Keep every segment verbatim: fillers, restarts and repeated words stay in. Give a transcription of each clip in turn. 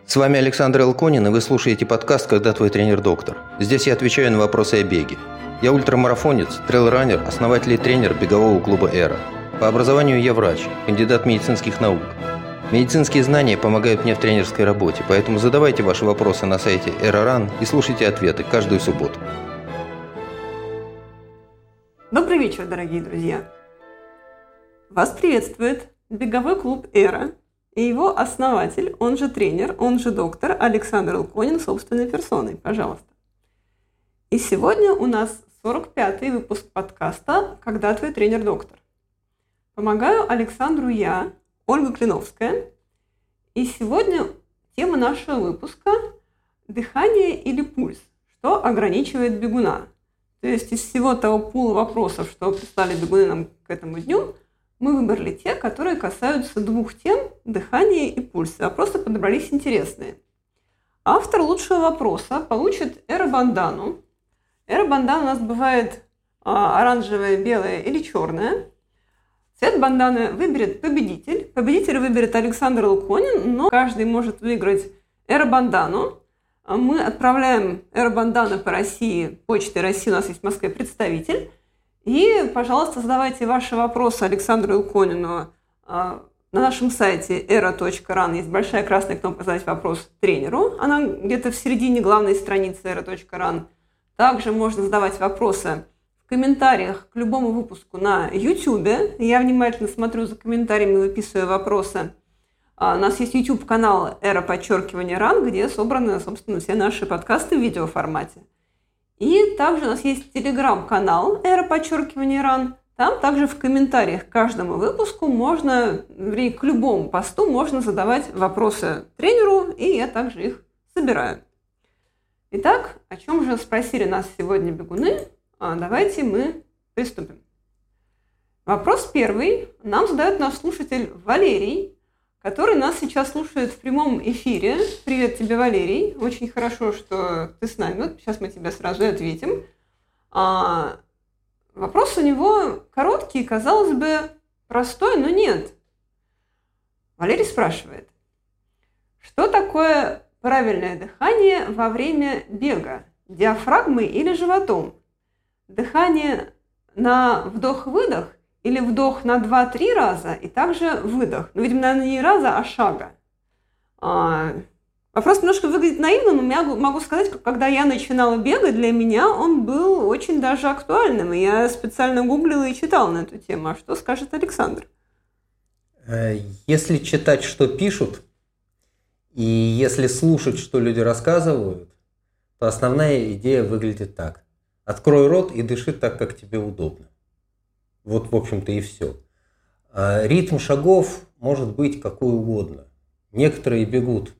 С вами Александр Элконин, и вы слушаете подкаст «Когда твой тренер доктор». Здесь я отвечаю на вопросы о беге. Я ультрамарафонец, трейл-раннер, основатель и тренер бегового клуба «Эра». По образованию я врач, кандидат медицинских наук. Медицинские знания помогают мне в тренерской работе, поэтому задавайте ваши вопросы на сайте «Эра.ран» и слушайте ответы каждую субботу. Добрый вечер, дорогие друзья! Вас приветствует беговой клуб «Эра» и его основатель, он же тренер, он же доктор Александр Элконин собственной персоной. Пожалуйста. И сегодня у нас сорок пятый выпуск подкаста «Когда твой тренер доктор». Помогаю Александру я, Ольга Клиновская. И сегодня тема нашего выпуска – дыхание или пульс, что ограничивает бегуна. То есть из всего того пула вопросов, что прислали бегуны нам к этому дню, мы выбрали те, которые касаются двух тем – дыхания и пульса. Вопросы подобрались интересные. Автор лучшего вопроса получит эро-бандану. Эро-бандана у нас бывает а, оранжевая, белая или черная. Цвет банданы выберет победитель. Победитель выберет Александр Элконин, но каждый может выиграть эро-бандану. Мы отправляем эро-бандану по России, почтой России, у нас есть в Москве представитель. И, пожалуйста, задавайте ваши вопросы Александру Элконину на нашем сайте эра точка ран. Есть большая красная кнопка «Задать вопрос тренеру». Она где-то в середине главной страницы эра точка ран. Также можно задавать вопросы в комментариях к любому выпуску на YouTube. Я внимательно смотрю за комментариями и выписываю вопросы. У нас есть YouTube-канал «Эра подчеркивание ран», где собраны, собственно, все наши подкасты в видеоформате. И также у нас есть телеграм-канал «Эра подчеркивание ран». Там также в комментариях к каждому выпуску можно, вернее, к любому посту можно задавать вопросы тренеру, и я также их собираю. Итак, о чем же спросили нас сегодня бегуны? А давайте мы приступим. Вопрос первый нам задает наш слушатель Валерий, который нас сейчас слушает в прямом эфире. Привет тебе, Валерий. Очень хорошо, что ты с нами. Вот сейчас мы тебе сразу и ответим. А, вопрос у него короткий, казалось бы, простой, но нет. Валерий спрашивает, что такое правильное дыхание во время бега? Диафрагмой или животом? Дыхание на вдох-выдох или вдох на два-три раза и также выдох? Ну, видимо, наверное, не раза, а шага. А, вопрос немножко выглядит наивным, но я могу сказать, что когда я начинала бегать, для меня он был очень даже актуальным. И я специально гуглила и читала на эту тему. А что скажет Александр? Если читать, что пишут, и если слушать, что люди рассказывают, то основная идея выглядит так. Открой рот и дыши так, как тебе удобно. Вот, в общем-то, и все. Ритм шагов может быть какой угодно. Некоторые бегут,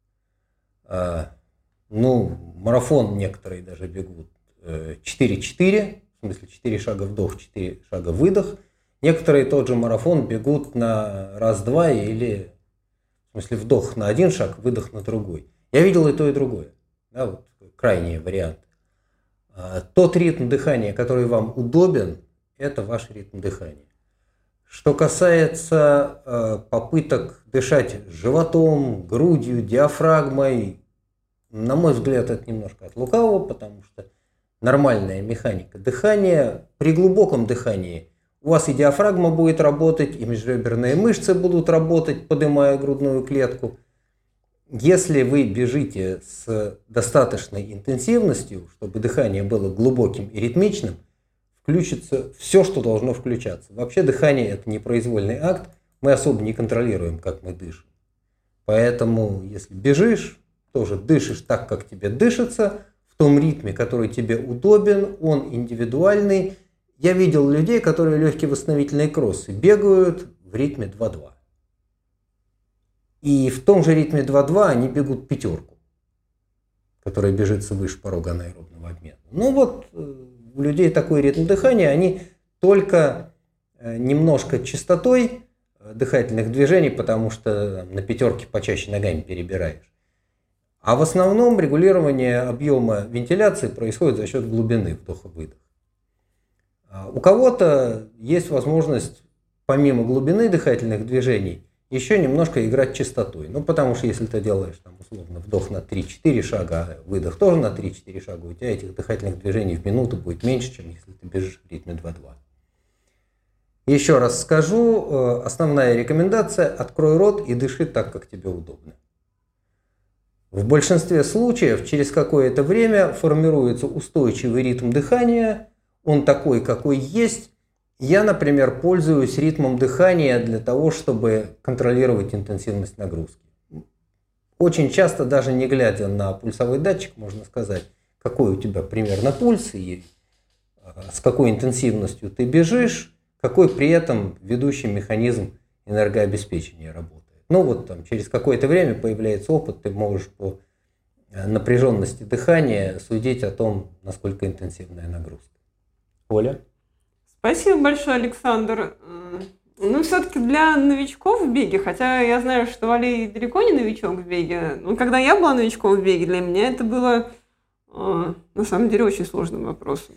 ну, марафон некоторые даже бегут четыре-четыре, в смысле четыре шага вдох, четыре шага выдох. Некоторые тот же марафон бегут на раз-два или, в смысле, вдох на один шаг, выдох на другой. Я видел и то, и другое. Да, вот крайние варианты. Тот ритм дыхания, который вам удобен, это ваш ритм дыхания. Что касается э, попыток дышать животом, грудью, диафрагмой, на мой взгляд, это немножко от лукавого, потому что нормальная механика дыхания, при глубоком дыхании у вас и диафрагма будет работать, и межреберные мышцы будут работать, поднимая грудную клетку. Если вы бежите с достаточной интенсивностью, чтобы дыхание было глубоким и ритмичным, включится все, что должно включаться. Вообще дыхание – это непроизвольный акт, мы особо не контролируем, как мы дышим. Поэтому, если бежишь, тоже дышишь так, как тебе дышится, в том ритме, который тебе удобен, он индивидуальный. Я видел людей, которые легкие восстановительные кроссы бегают в ритме два-два. И в том же ритме два-два они бегут пятерку, которая бежит свыше порога анаэробного обмена. Ну вот, у людей такой ритм дыхания, они только немножко частотой дыхательных движений, потому что на пятерке почаще ногами перебираешь. А в основном регулирование объема вентиляции происходит за счет глубины вдоха-выдоха. У кого-то есть возможность помимо глубины дыхательных движений еще немножко играть частотой. Ну, потому что если ты делаешь, там, условно, вдох на три-четыре шага, а выдох тоже на три-четыре шага, у тебя этих дыхательных движений в минуту будет меньше, чем если ты бежишь в ритме два-два. Еще раз скажу, основная рекомендация – открой рот и дыши так, как тебе удобно. В большинстве случаев через какое-то время формируется устойчивый ритм дыхания, он такой, какой есть. Я, например, пользуюсь ритмом дыхания для того, чтобы контролировать интенсивность нагрузки. Очень часто, даже не глядя на пульсовой датчик, можно сказать, какой у тебя примерно пульс и с какой интенсивностью ты бежишь, какой при этом ведущий механизм энергообеспечения работает. Ну вот там через какое-то время появляется опыт, ты можешь по напряженности дыхания судить о том, насколько интенсивная нагрузка. Оля? Спасибо большое, Александр. Ну, все-таки для новичков в беге, хотя я знаю, что Валерий далеко не новичок в беге, но когда я была новичком в беге, для меня это было, на самом деле, очень сложным вопросом.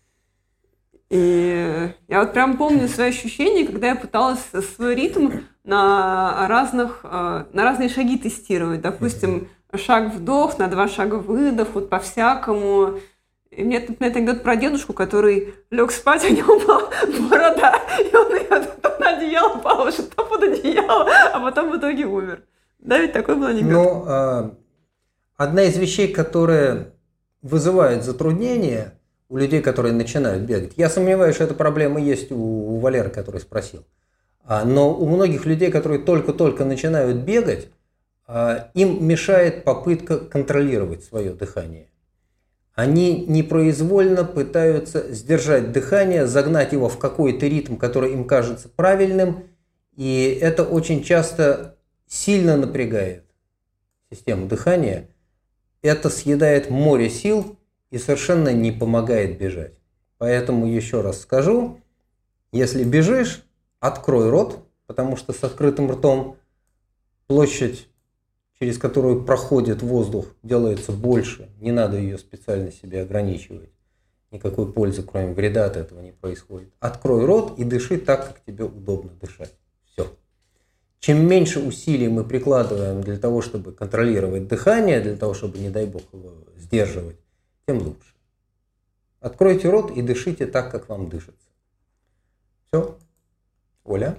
И я вот прям помню свои ощущения, когда я пыталась свой ритм на, разных, на разные шаги тестировать. Допустим, шаг-вдох, на два шага выдох, вот по-всякому. И мне тут анекдот про дедушку, который лег спать, у него была борода, и он ее то на одеяло положил, то под одеяло, а потом в итоге умер. Да, ведь такой был анекдот. Ну, а, одна из вещей, которые вызывают затруднения у людей, которые начинают бегать. Я сомневаюсь, что эта проблема есть у, у Валеры, который спросил. А, но у многих людей, которые только-только начинают бегать, а, им мешает попытка контролировать свое дыхание. Они непроизвольно пытаются сдержать дыхание, загнать его в какой-то ритм, который им кажется правильным, и это очень часто сильно напрягает систему дыхания. Это съедает море сил и совершенно не помогает бежать. Поэтому еще раз скажу, если бежишь, открой рот, потому что с открытым ртом площадь, через которую проходит воздух, делается больше. Не надо ее специально себе ограничивать. Никакой пользы, кроме вреда, от этого не происходит. Открой рот и дыши так, как тебе удобно дышать. Все. Чем меньше усилий мы прикладываем для того, чтобы контролировать дыхание, для того, чтобы, не дай бог, его сдерживать, тем лучше. Откройте рот и дышите так, как вам дышится. Все. Оля?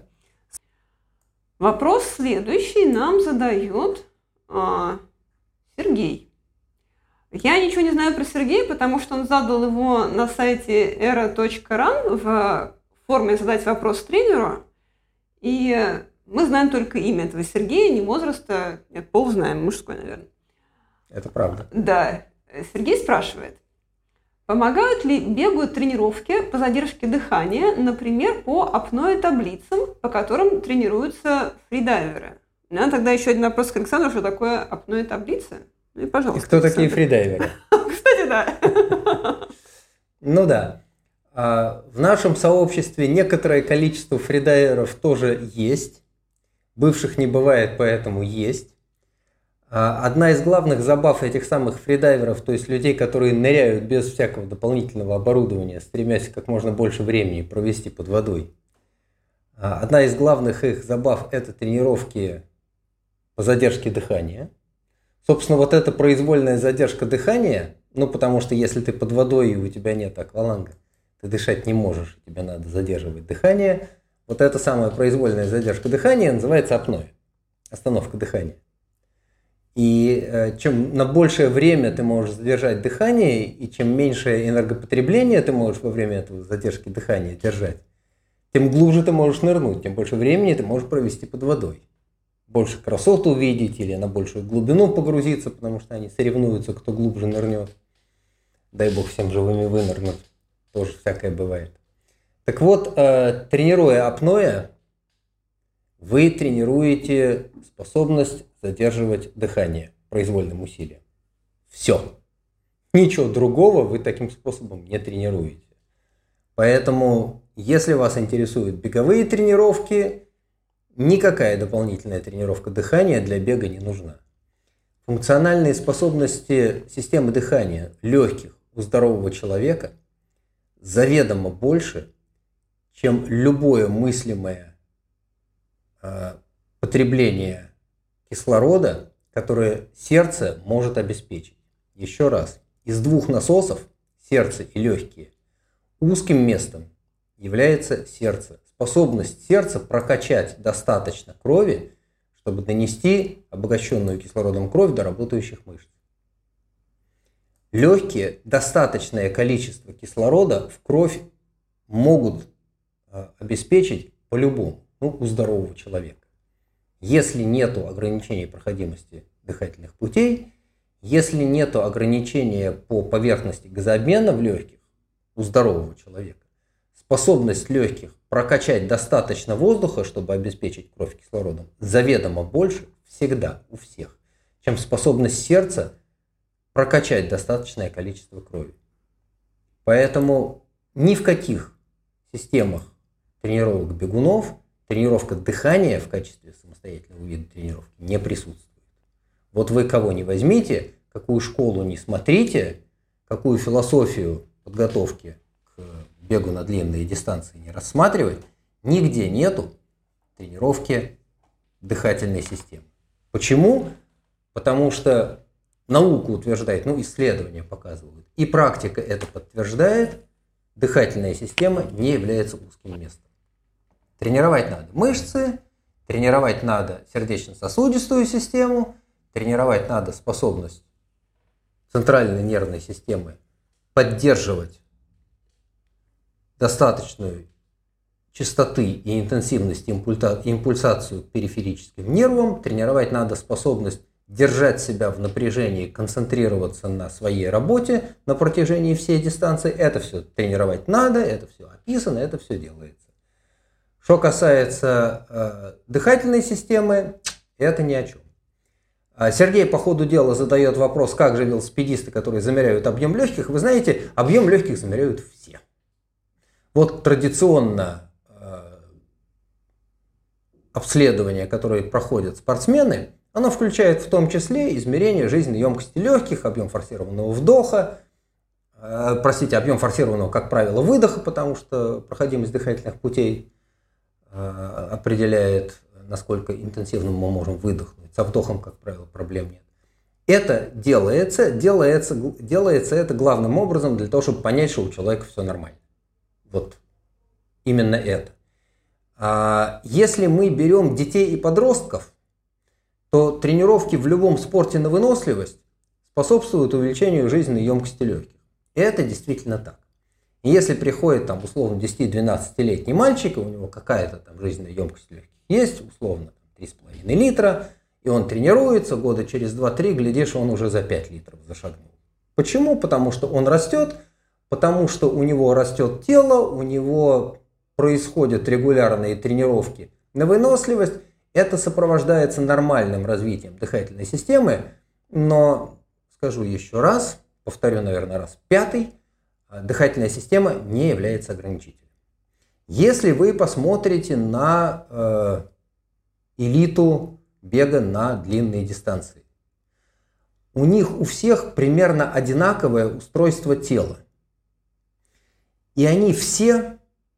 Вопрос следующий нам задает а, Сергей. Я ничего не знаю про Сергея, потому что он задал его на сайте эра точка ран в форме «Задать вопрос тренеру». И мы знаем только имя этого Сергея, не возраста, нет, пол знаем, мужской, наверное. Это правда. Да. Сергей спрашивает, помогают ли бегу тренировки по задержке дыхания, например, по апноэ-таблицам, по которым тренируются фридайверы? У меня тогда еще один вопрос к Александру, что такое апноэ-таблица? Ну и, пожалуйста. И кто Александр. такие фридайверы? Кстати, да. Ну да. В нашем сообществе некоторое количество фридайверов тоже есть. Бывших не бывает, поэтому есть. Одна из главных забав этих самых фридайверов, то есть людей, которые ныряют без всякого дополнительного оборудования, стремясь как можно больше времени провести под водой. Одна из главных их забав – это тренировки по задержке дыхания. Собственно, вот эта произвольная задержка дыхания, ну потому что если ты под водой и у тебя нет акваланга, ты дышать не можешь, тебе надо задерживать дыхание. Вот эта самая произвольная задержка дыхания называется апноэ, остановка дыхания. И э, чем на большее время ты можешь задержать дыхание, и чем меньшее энергопотребление ты можешь во время этого задержки дыхания держать, тем глубже ты можешь нырнуть, тем больше времени ты можешь провести под водой. Больше красот увидеть или на большую глубину погрузиться, потому что они соревнуются, кто глубже нырнет. Дай бог всем живыми вынырнуть. Тоже всякое бывает. Так вот, э, тренируя апноэ, вы тренируете способность задерживать дыхание произвольным усилием. Все. Ничего другого вы таким способом не тренируете. Поэтому, если вас интересуют беговые тренировки, никакая дополнительная тренировка дыхания для бега не нужна. Функциональные способности системы дыхания легких у здорового человека заведомо больше, чем любое мыслимое э, потребление кислорода, которое сердце может обеспечить. Еще раз, из двух насосов, сердце и легкие, узким местом является сердце. Способность сердца прокачать достаточно крови, чтобы донести обогащенную кислородом кровь до работающих мышц. Легкие достаточное количество кислорода в кровь могут обеспечить по-любому, ну, у здорового человека. Если нет ограничений проходимости дыхательных путей, если нет ограничения по поверхности газообмена в легких у здорового человека, способность легких прокачать достаточно воздуха, чтобы обеспечить кровь кислородом, заведомо больше всегда у всех, чем способность сердца прокачать достаточное количество крови. Поэтому ни в каких системах тренировок бегунов тренировка дыхания в качестве самостоятельного вида тренировки не присутствует. Вот вы кого не возьмите, какую школу не смотрите, какую философию подготовки к бегу на длинные дистанции не рассматривать, нигде нету тренировки дыхательной системы. Почему? Потому что наука утверждает, ну, исследования показывают, и практика это подтверждает, дыхательная система не является узким местом. Тренировать надо мышцы, тренировать надо сердечно-сосудистую систему, тренировать надо способность центральной нервной системы поддерживать достаточную частоты и интенсивность импульсацию к периферическим нервам, тренировать надо способность держать себя в напряжении, концентрироваться на своей работе на протяжении всей дистанции. Это все тренировать надо, это все описано, это все делается. Что касается э, дыхательной системы, это ни о чем. Сергей по ходу дела задает вопрос, как же велосипедисты, которые замеряют объем легких. Вы знаете, объем легких замеряют все. Вот традиционно э, обследование, которое проходят спортсмены, оно включает в том числе измерение жизненной емкости легких, объем форсированного вдоха, э, простите, объем форсированного, как правило, выдоха, потому что проходимость дыхательных путей э, определяет, насколько интенсивно мы можем выдохнуть. Со вдохом, как правило, проблем нет. Это делается, делается, делается это главным образом для того, чтобы понять, что у человека все нормально. Вот именно это. А если мы берем детей и подростков, то тренировки в любом спорте на выносливость способствуют увеличению жизненной емкости легких. И это действительно так. И если приходит там условно десяти-двенадцатилетний мальчик, и у него какая-то там жизненная емкость легких есть, условно три с половиной литра, и он тренируется, года через два-три, глядишь, он уже за пять литров зашагнул. Почему? Потому что он растет, потому что у него растет тело, у него происходят регулярные тренировки на выносливость. Это сопровождается нормальным развитием дыхательной системы, но, скажу еще раз, повторю, наверное, раз пятый, дыхательная система не является ограничителем. Если вы посмотрите на э, элиту бега на длинные дистанции, у них у всех примерно одинаковое устройство тела. И они все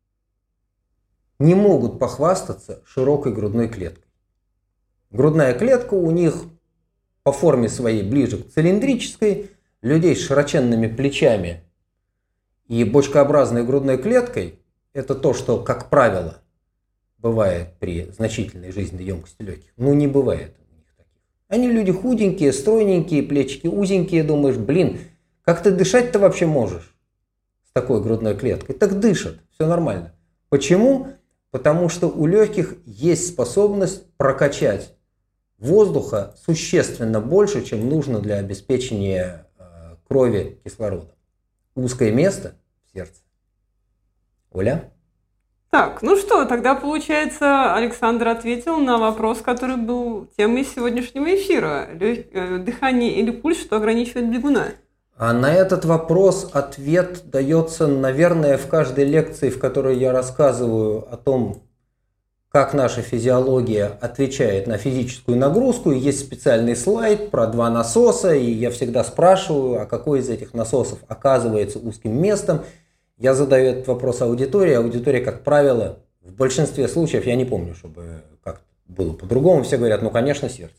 не могут похвастаться широкой грудной клеткой. Грудная клетка у них по форме своей ближе к цилиндрической, людей с широченными плечами и бочкообразной грудной клеткой – это то, что, как правило, бывает при значительной жизненной емкости легких. Ну, не бывает у них таких. Они люди худенькие, стройненькие, плечики узенькие. Думаешь, блин, как ты дышать-то вообще можешь с такой грудной клеткой? Так дышат, все нормально. Почему? Потому что у легких есть способность прокачать воздуха существенно больше, чем нужно для обеспечения э, крови кислородом. Узкое место в сердце. Оля? Так, ну что, тогда, получается, Александр ответил на вопрос, который был темой сегодняшнего эфира. Дыхание или пульс, что ограничивает бегуна? А на этот вопрос ответ дается, наверное, в каждой лекции, в которой я рассказываю о том, как наша физиология отвечает на физическую нагрузку. И есть специальный слайд про два насоса, и я всегда спрашиваю, а какой из этих насосов оказывается узким местом. Я задаю этот вопрос аудитории. Аудитория, как правило, в большинстве случаев, я не помню, чтобы как-то было по-другому, все говорят, ну, конечно, сердце.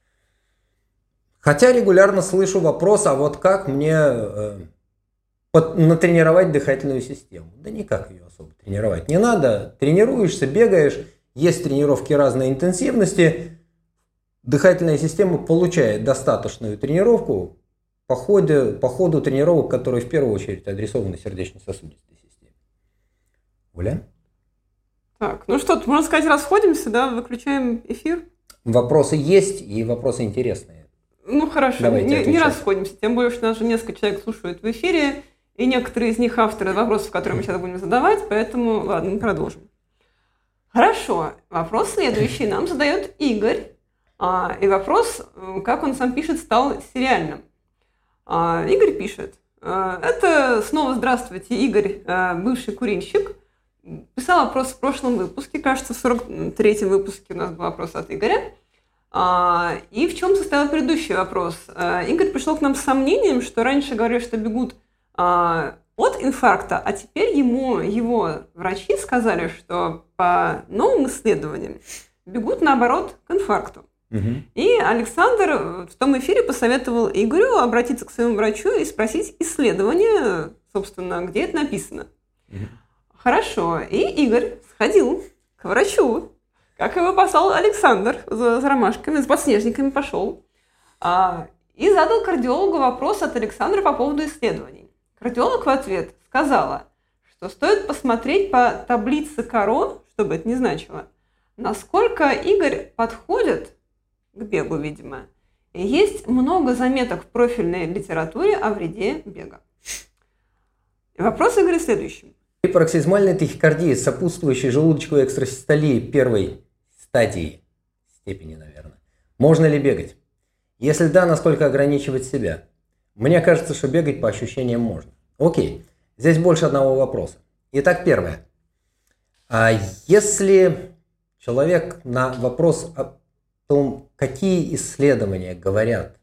Хотя регулярно слышу вопрос, а вот как мне э, под, натренировать дыхательную систему? Да никак ее особо тренировать не надо. Тренируешься, бегаешь, есть тренировки разной интенсивности. Дыхательная система получает достаточную тренировку по ходу, по ходу тренировок, которые в первую очередь адресованы сердечно-сосудистой системе. Оля? Так, ну что, можно сказать, расходимся, да, выключаем эфир? Вопросы есть и вопросы интересные. Ну хорошо, Давайте не, не расходимся, тем более, что нас же несколько человек слушают в эфире, и некоторые из них авторы вопросов, которые мы сейчас будем задавать, поэтому, ладно, мы продолжим. Хорошо, вопрос следующий нам задает Игорь, а, и вопрос, как он сам пишет, стал сериальным. А, Игорь пишет, а, это снова здравствуйте, Игорь, а, бывший курильщик, писал вопрос в прошлом выпуске, кажется, в сорок третьем выпуске у нас был вопрос от Игоря. А, и в чем состоял предыдущий вопрос? А, Игорь пришел к нам с сомнением, что раньше говорили, что бегут а, от инфаркта, а теперь ему его врачи сказали, что по новым исследованиям бегут наоборот к инфаркту. Угу. И Александр в том эфире посоветовал Игорю обратиться к своему врачу и спросить исследование, собственно, где это написано. Угу. Хорошо. И Игорь сходил к врачу. Как его послал Александр за, за ромашками, с подснежниками пошел. А, и задал кардиологу вопрос от Александра по поводу исследований. Кардиолог в ответ сказала, что стоит посмотреть по таблице Каро, что бы это ни значило, насколько Игорь подходит к бегу, видимо. И есть много заметок в профильной литературе о вреде бега. И вопрос Игоря следующий. При пароксизмальной тахикардии, сопутствующей желудочковой экстрасистолии первой стадии, степени, наверное, можно ли бегать? Если да, насколько ограничивать себя? Мне кажется, что бегать по ощущениям можно. Окей, здесь больше одного вопроса. Итак, первое. А если человек на вопрос о том, какие исследования говорят,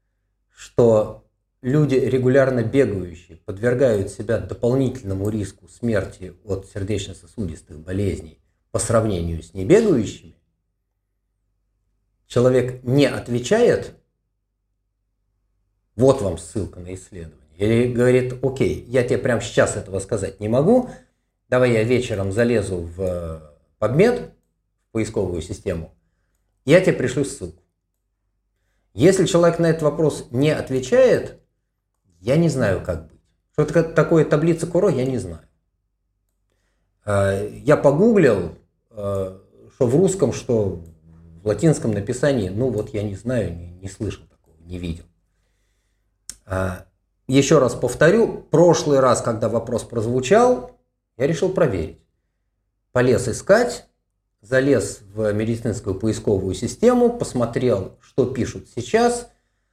что люди, регулярно бегающие, подвергают себя дополнительному риску смерти от сердечно-сосудистых болезней по сравнению с небегающими, человек не отвечает, вот вам ссылка на исследование, или говорит, окей, я тебе прямо сейчас этого сказать не могу, давай я вечером залезу в PubMed, в поисковую систему, и я тебе пришлю ссылку. Если человек на этот вопрос не отвечает, я не знаю, как быть. Что такое таблица Каро, я не знаю. Я погуглил, что в русском, что в латинском написании, ну вот я не знаю, не, не слышал такого, не видел. Еще раз повторю, прошлый раз, когда вопрос прозвучал, я решил проверить. Полез искать, залез в медицинскую поисковую систему, посмотрел, что пишут сейчас,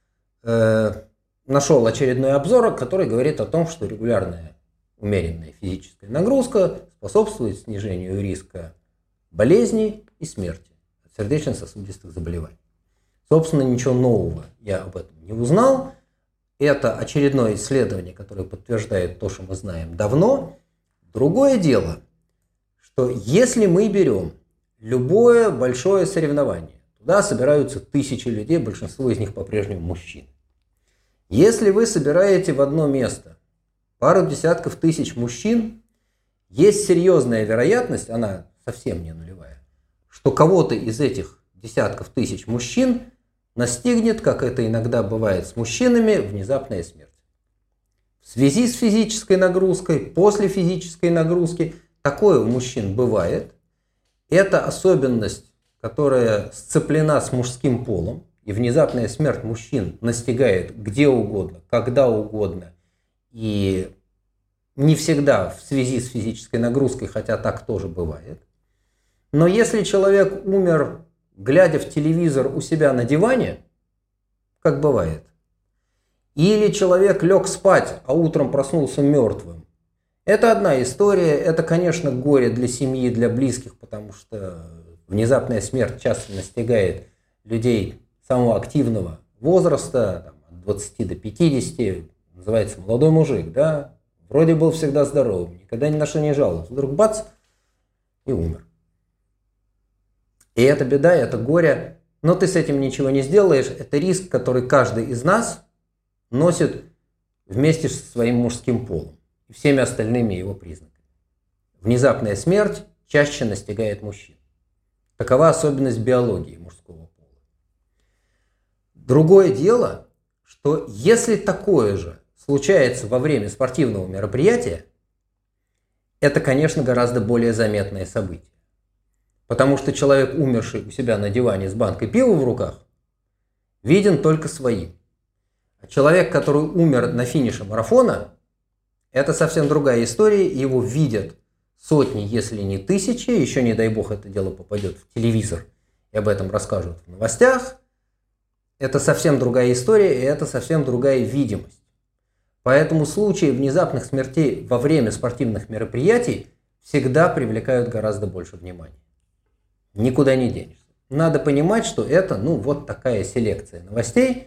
нашел очередной обзор, который говорит о том, что регулярная умеренная физическая нагрузка способствует снижению риска болезней и смерти от сердечно-сосудистых заболеваний. Собственно, ничего нового я об этом не узнал. Это очередное исследование, которое подтверждает то, что мы знаем давно. Другое дело, что если мы берем любое большое соревнование, туда собираются тысячи людей, большинство из них по-прежнему мужчин. Если вы собираете в одно место пару десятков тысяч мужчин, есть серьезная вероятность, она совсем не нулевая, что кого-то из этих десятков тысяч мужчин настигнет, как это иногда бывает с мужчинами, внезапная смерть. В связи с физической нагрузкой, после физической нагрузки, такое у мужчин бывает. Это особенность, которая сцеплена с мужским полом, и внезапная смерть мужчин настигает где угодно, когда угодно, и не всегда в связи с физической нагрузкой, хотя так тоже бывает. Но если человек умер, глядя в телевизор у себя на диване, как бывает, или человек лег спать, а утром проснулся мертвым, это одна история, это, конечно, горе для семьи, для близких, потому что внезапная смерть часто настигает людей самого активного возраста, там, от двадцати до пятидесяти, называется молодой мужик, да, вроде был всегда здоровым, никогда ни на что не жаловался, вдруг бац, и умер. И это беда, это горе, но ты с этим ничего не сделаешь. Это риск, который каждый из нас носит вместе со своим мужским полом и всеми остальными его признаками. Внезапная смерть чаще настигает мужчин. Такова особенность биологии мужского пола. Другое дело, что если такое же случается во время спортивного мероприятия, это, конечно, гораздо более заметное событие. Потому что человек, умерший у себя на диване с банкой пива в руках, виден только своим. А человек, который умер на финише марафона, это совсем другая история, его видят сотни, если не тысячи, еще не дай бог это дело попадет в телевизор и об этом расскажут в новостях. Это совсем другая история, и это совсем другая видимость. Поэтому случаи внезапных смертей во время спортивных мероприятий всегда привлекают гораздо больше внимания. Никуда не денешься. Надо понимать, что это, ну, вот такая селекция новостей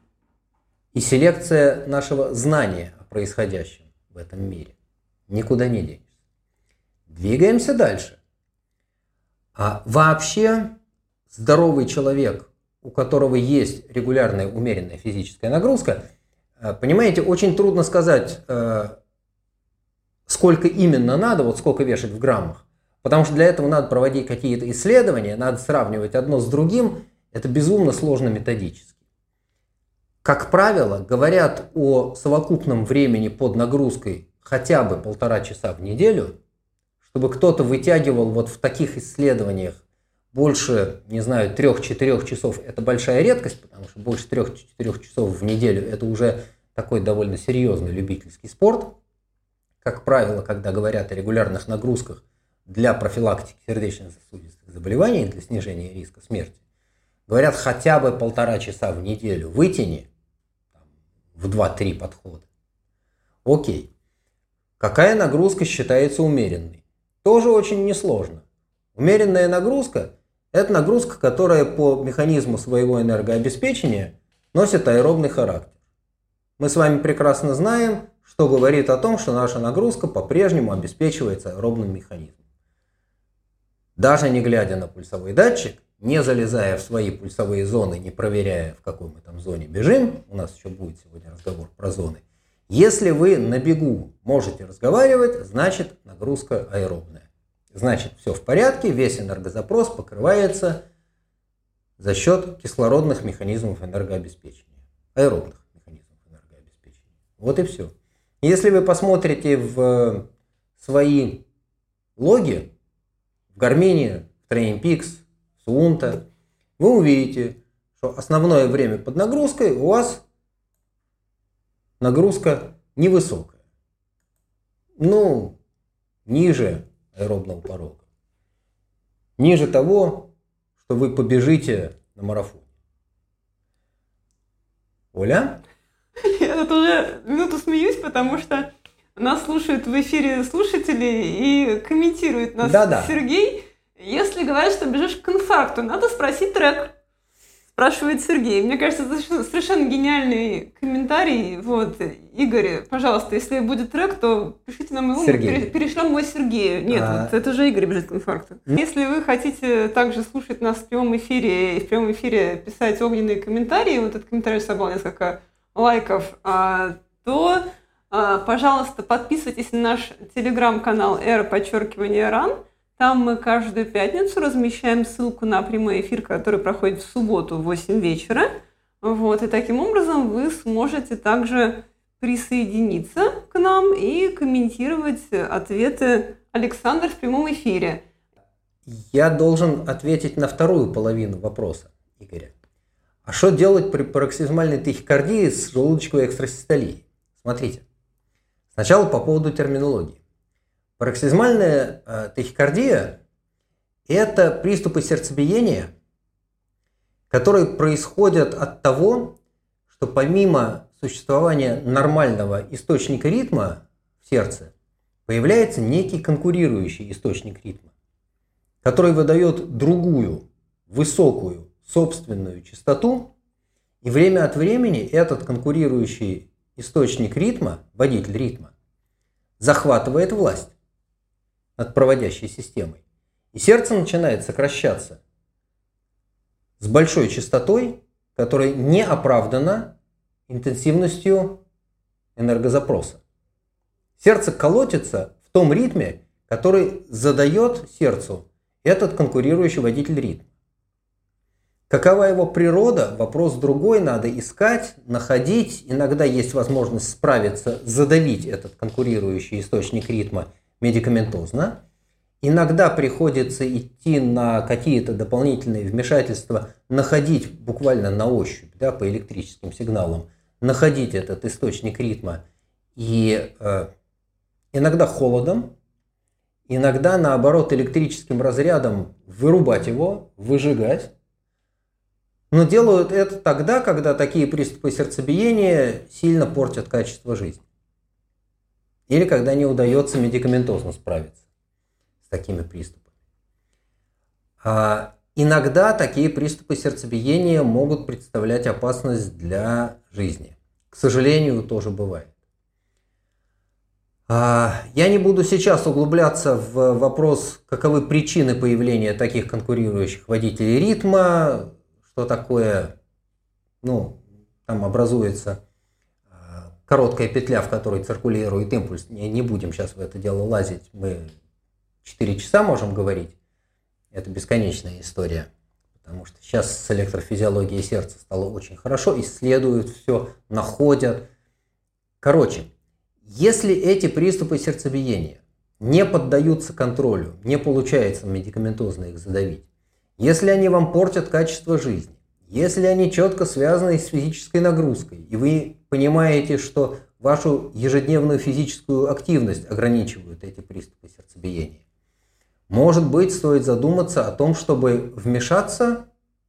и селекция нашего знания о происходящем в этом мире. Никуда не денешься. Двигаемся дальше. А вообще здоровый человек, у которого есть регулярная умеренная физическая нагрузка, понимаете, очень трудно сказать, сколько именно надо, вот сколько вешать в граммах. Потому что для этого надо проводить какие-то исследования, надо сравнивать одно с другим. Это безумно сложно методически. Как правило, говорят о совокупном времени под нагрузкой хотя бы полтора часа в неделю, чтобы кто-то вытягивал вот в таких исследованиях больше, не знаю, трех-четырех часов. Это большая редкость, потому что больше трех-четырех часов в неделю это уже такой довольно серьезный любительский спорт. Как правило, когда говорят о регулярных нагрузках для профилактики сердечно-сосудистых заболеваний, для снижения риска смерти, говорят хотя бы полтора часа в неделю вытяни там, в два-три подхода. Окей. Какая нагрузка считается умеренной? Тоже очень несложно. Умеренная нагрузка – это нагрузка, которая по механизму своего энергообеспечения носит аэробный характер. Мы с вами прекрасно знаем, что говорит о том, что наша нагрузка по-прежнему обеспечивается аэробным механизмом. Даже не глядя на пульсовой датчик, не залезая в свои пульсовые зоны, не проверяя, в какой мы там зоне бежим, у нас еще будет сегодня разговор про зоны, если вы на бегу можете разговаривать, значит нагрузка аэробная. Значит, все в порядке, весь энергозапрос покрывается за счет кислородных механизмов энергообеспечения, аэробных механизмов энергообеспечения. Вот и все. Если вы посмотрите в свои логи, в Garmin, в Training Peaks, в Suunto, вы увидите, что основное время под нагрузкой у вас нагрузка невысокая. Ну, ниже аэробного порога. Ниже того, что вы побежите на марафоне. Оля? Я тут уже минуту смеюсь, потому что нас слушают в эфире слушатели и комментирует нас Да-да. Сергей. Если говорят, что бежишь к инфаркту, надо спросить трек. Спрашивает Сергей. Мне кажется, это совершенно гениальный комментарий. Вот, Игорь, пожалуйста, если будет трек, то пишите нам его, Сергей. мы перешлем его Сергею. Нет, А... вот это же Игорь бежит к инфаркту. Если вы хотите также слушать нас в прямом эфире и в прямом эфире писать огненные комментарии, вот этот комментарий собрал несколько лайков, то, пожалуйста, подписывайтесь на наш телеграм-канал эра подчеркивание ран. Там мы каждую пятницу размещаем ссылку на прямой эфир, который проходит в субботу в восемь вечера. Вот, и таким образом вы сможете также присоединиться к нам и комментировать ответы Александра в прямом эфире. Я должен ответить на вторую половину вопроса Игоря. А что делать при пароксизмальной тахикардии с желудочковой экстрасистолией? Смотрите. Сначала по поводу терминологии. Пароксизмальная э, тахикардия – это приступы сердцебиения, которые происходят от того, что помимо существования нормального источника ритма в сердце, появляется некий конкурирующий источник ритма, который выдает другую, высокую, собственную частоту, и время от времени этот конкурирующий источник ритма, водитель ритма, захватывает власть над проводящей системой. И сердце начинает сокращаться с большой частотой, которая не оправдана интенсивностью энергозапроса. Сердце колотится в том ритме, который задает сердцу этот конкурирующий водитель ритма. Какова его природа? Вопрос другой. Надо искать, находить. Иногда есть возможность справиться, задавить этот конкурирующий источник ритма медикаментозно. Иногда приходится идти на какие-то дополнительные вмешательства, находить буквально на ощупь, да, по электрическим сигналам, находить этот источник ритма. И э, иногда холодом, иногда, наоборот, электрическим разрядом вырубать его, выжигать. Но делают это тогда, когда такие приступы сердцебиения сильно портят качество жизни. Или когда не удается медикаментозно справиться с такими приступами. А иногда такие приступы сердцебиения могут представлять опасность для жизни. К сожалению, тоже бывает. А я не буду сейчас углубляться в вопрос, каковы причины появления таких конкурирующих водителей ритма, что такое, ну, там образуется короткая петля, в которой циркулирует импульс. Не, не будем сейчас в это дело лазить. Мы четыре часа можем говорить. Это бесконечная история. Потому что сейчас с электрофизиологией сердца стало очень хорошо. Исследуют все, находят. Короче, если эти приступы сердцебиения не поддаются контролю, не получается медикаментозно их задавить, если они вам портят качество жизни, если они четко связаны с физической нагрузкой, и вы понимаете, что вашу ежедневную физическую активность ограничивают эти приступы сердцебиения, может быть, стоит задуматься о том, чтобы вмешаться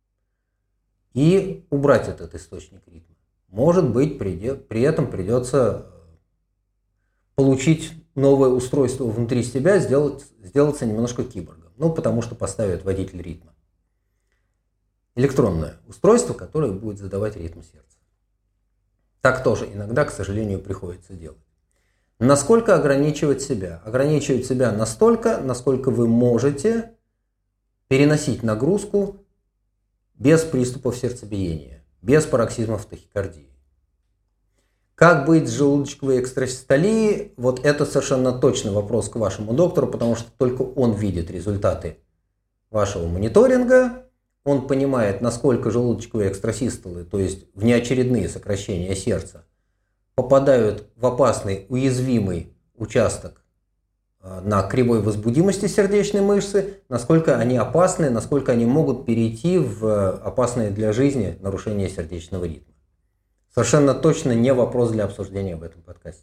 и убрать этот источник ритма. Может быть, при этом придется получить новое устройство внутри себя, сделать, сделаться немножко киборгом. Ну, потому что поставят водитель ритма. Электронное устройство, которое будет задавать ритм сердца. Так тоже иногда, к сожалению, приходится делать. Насколько ограничивать себя? Ограничивать себя настолько, насколько вы можете переносить нагрузку без приступов сердцебиения, без пароксизмов тахикардии. Как быть с желудочковой экстрасистолией? Вот это совершенно точно вопрос к вашему доктору, потому что только он видит результаты вашего мониторинга. Он понимает, насколько желудочковые экстрасистолы, то есть внеочередные сокращения сердца, попадают в опасный, уязвимый участок на кривой возбудимости сердечной мышцы, насколько они опасны, насколько они могут перейти в опасные для жизни нарушения сердечного ритма. Совершенно точно не вопрос для обсуждения в этом подкасте.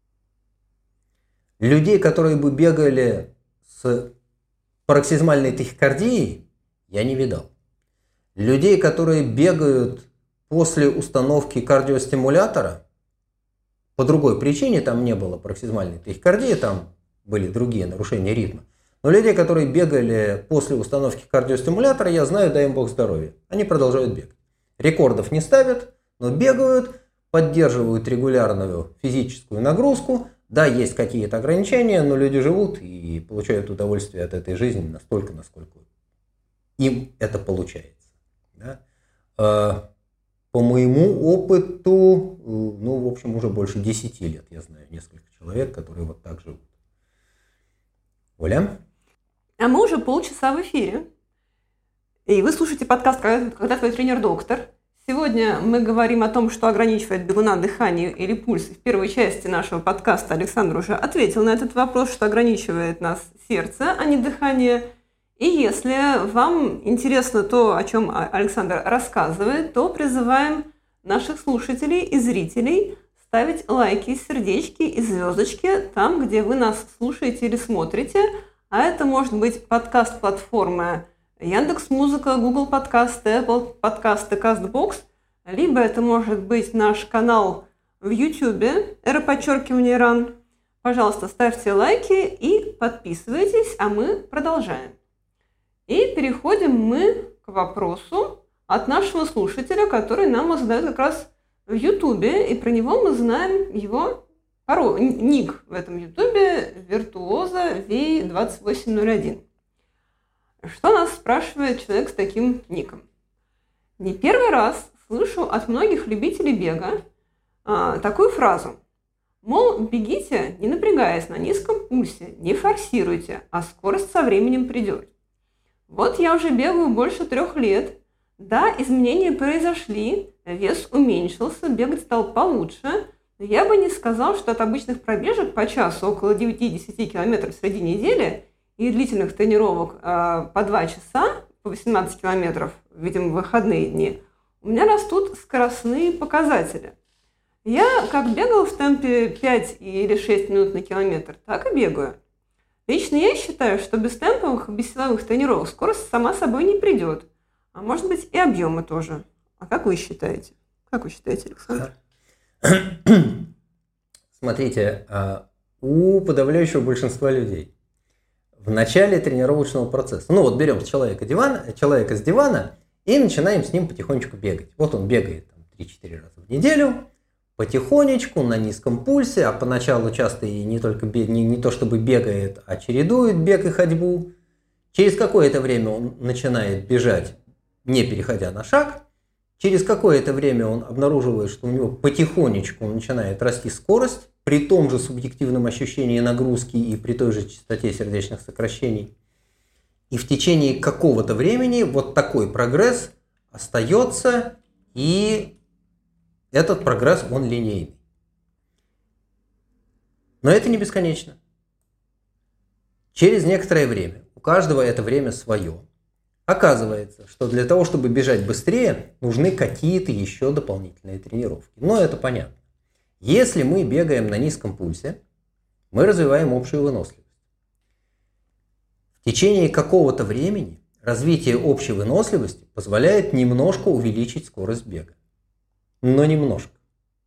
Людей, которые бы бегали с пароксизмальной тахикардией, я не видал. Людей, которые бегают после установки кардиостимулятора, по другой причине, там не было пароксизмальной тахикардии, там были другие нарушения ритма. Но людей, которые бегали после установки кардиостимулятора, я знаю, дай им Бог здоровья. Они продолжают бегать. Рекордов не ставят, но бегают, поддерживают регулярную физическую нагрузку. Да, есть какие-то ограничения, но люди живут и получают удовольствие от этой жизни настолько, насколько им это получается. Да? По моему опыту, ну, в общем, уже больше десяти лет я знаю несколько человек, которые вот так живут. Оля? А мы уже полчаса в эфире. И вы слушаете подкаст «Когда твой тренер-доктор». Сегодня мы говорим о том, что ограничивает бегуна дыхание или пульс. В первой части нашего подкаста Александр уже ответил на этот вопрос, что ограничивает нас сердце, а не дыхание. И если вам интересно то, о чем Александр рассказывает, то призываем наших слушателей и зрителей ставить лайки, сердечки и звездочки там, где вы нас слушаете или смотрите. А это может быть подкаст-платформы Яндекс.Музыка, Google подкасты, Apple подкасты, Castbox, либо это может быть наш канал в YouTube, эра подчеркивание ран. Пожалуйста, ставьте лайки и подписывайтесь, а мы продолжаем. И переходим мы к вопросу от нашего слушателя, который нам задает как раз в Ютубе, и про него мы знаем его пароль, ник в этом Ютубе Виртуоза ви двадцать восемь ноль один. Что нас спрашивает человек с таким ником? Не первый раз слышу от многих любителей бега а, такую фразу. Мол, бегите, не напрягаясь на низком пульсе, не форсируйте, а скорость со временем придет. Вот я уже бегаю больше трех лет. Да, изменения произошли, вес уменьшился, бегать стал получше. Но я бы не сказал, что от обычных пробежек по часу около девять-десять километров среди недели и длительных тренировок э, по два часа, по восемнадцать километров, видимо, в выходные дни, у меня растут скоростные показатели. Я как бегал в темпе пять или шесть минут на километр, так и бегаю. Лично я считаю, что без темповых, без силовых тренировок скорость сама собой не придет. А может быть и объемы тоже. А как вы считаете? Как вы считаете, Александр? Смотрите, у подавляющего большинства людей в начале тренировочного процесса, ну вот берем человека, дивана, человека с дивана и начинаем с ним потихонечку бегать. Вот он бегает там, три-четыре раза в неделю, потихонечку, на низком пульсе, а поначалу часто и не только бег, не, не то чтобы бегает, а чередует бег и ходьбу. Через какое-то время он начинает бежать, не переходя на шаг. Через какое-то время он обнаруживает, что у него потихонечку начинает расти скорость, при том же субъективном ощущении нагрузки и при той же частоте сердечных сокращений. И в течение какого-то времени вот такой прогресс остается, и этот прогресс, он линейный. Но это не бесконечно. Через некоторое время, у каждого это время свое, оказывается, что для того, чтобы бежать быстрее, нужны какие-то еще дополнительные тренировки. Но это понятно. Если мы бегаем на низком пульсе, мы развиваем общую выносливость. В течение какого-то времени развитие общей выносливости позволяет немножко увеличить скорость бега. Но немножко.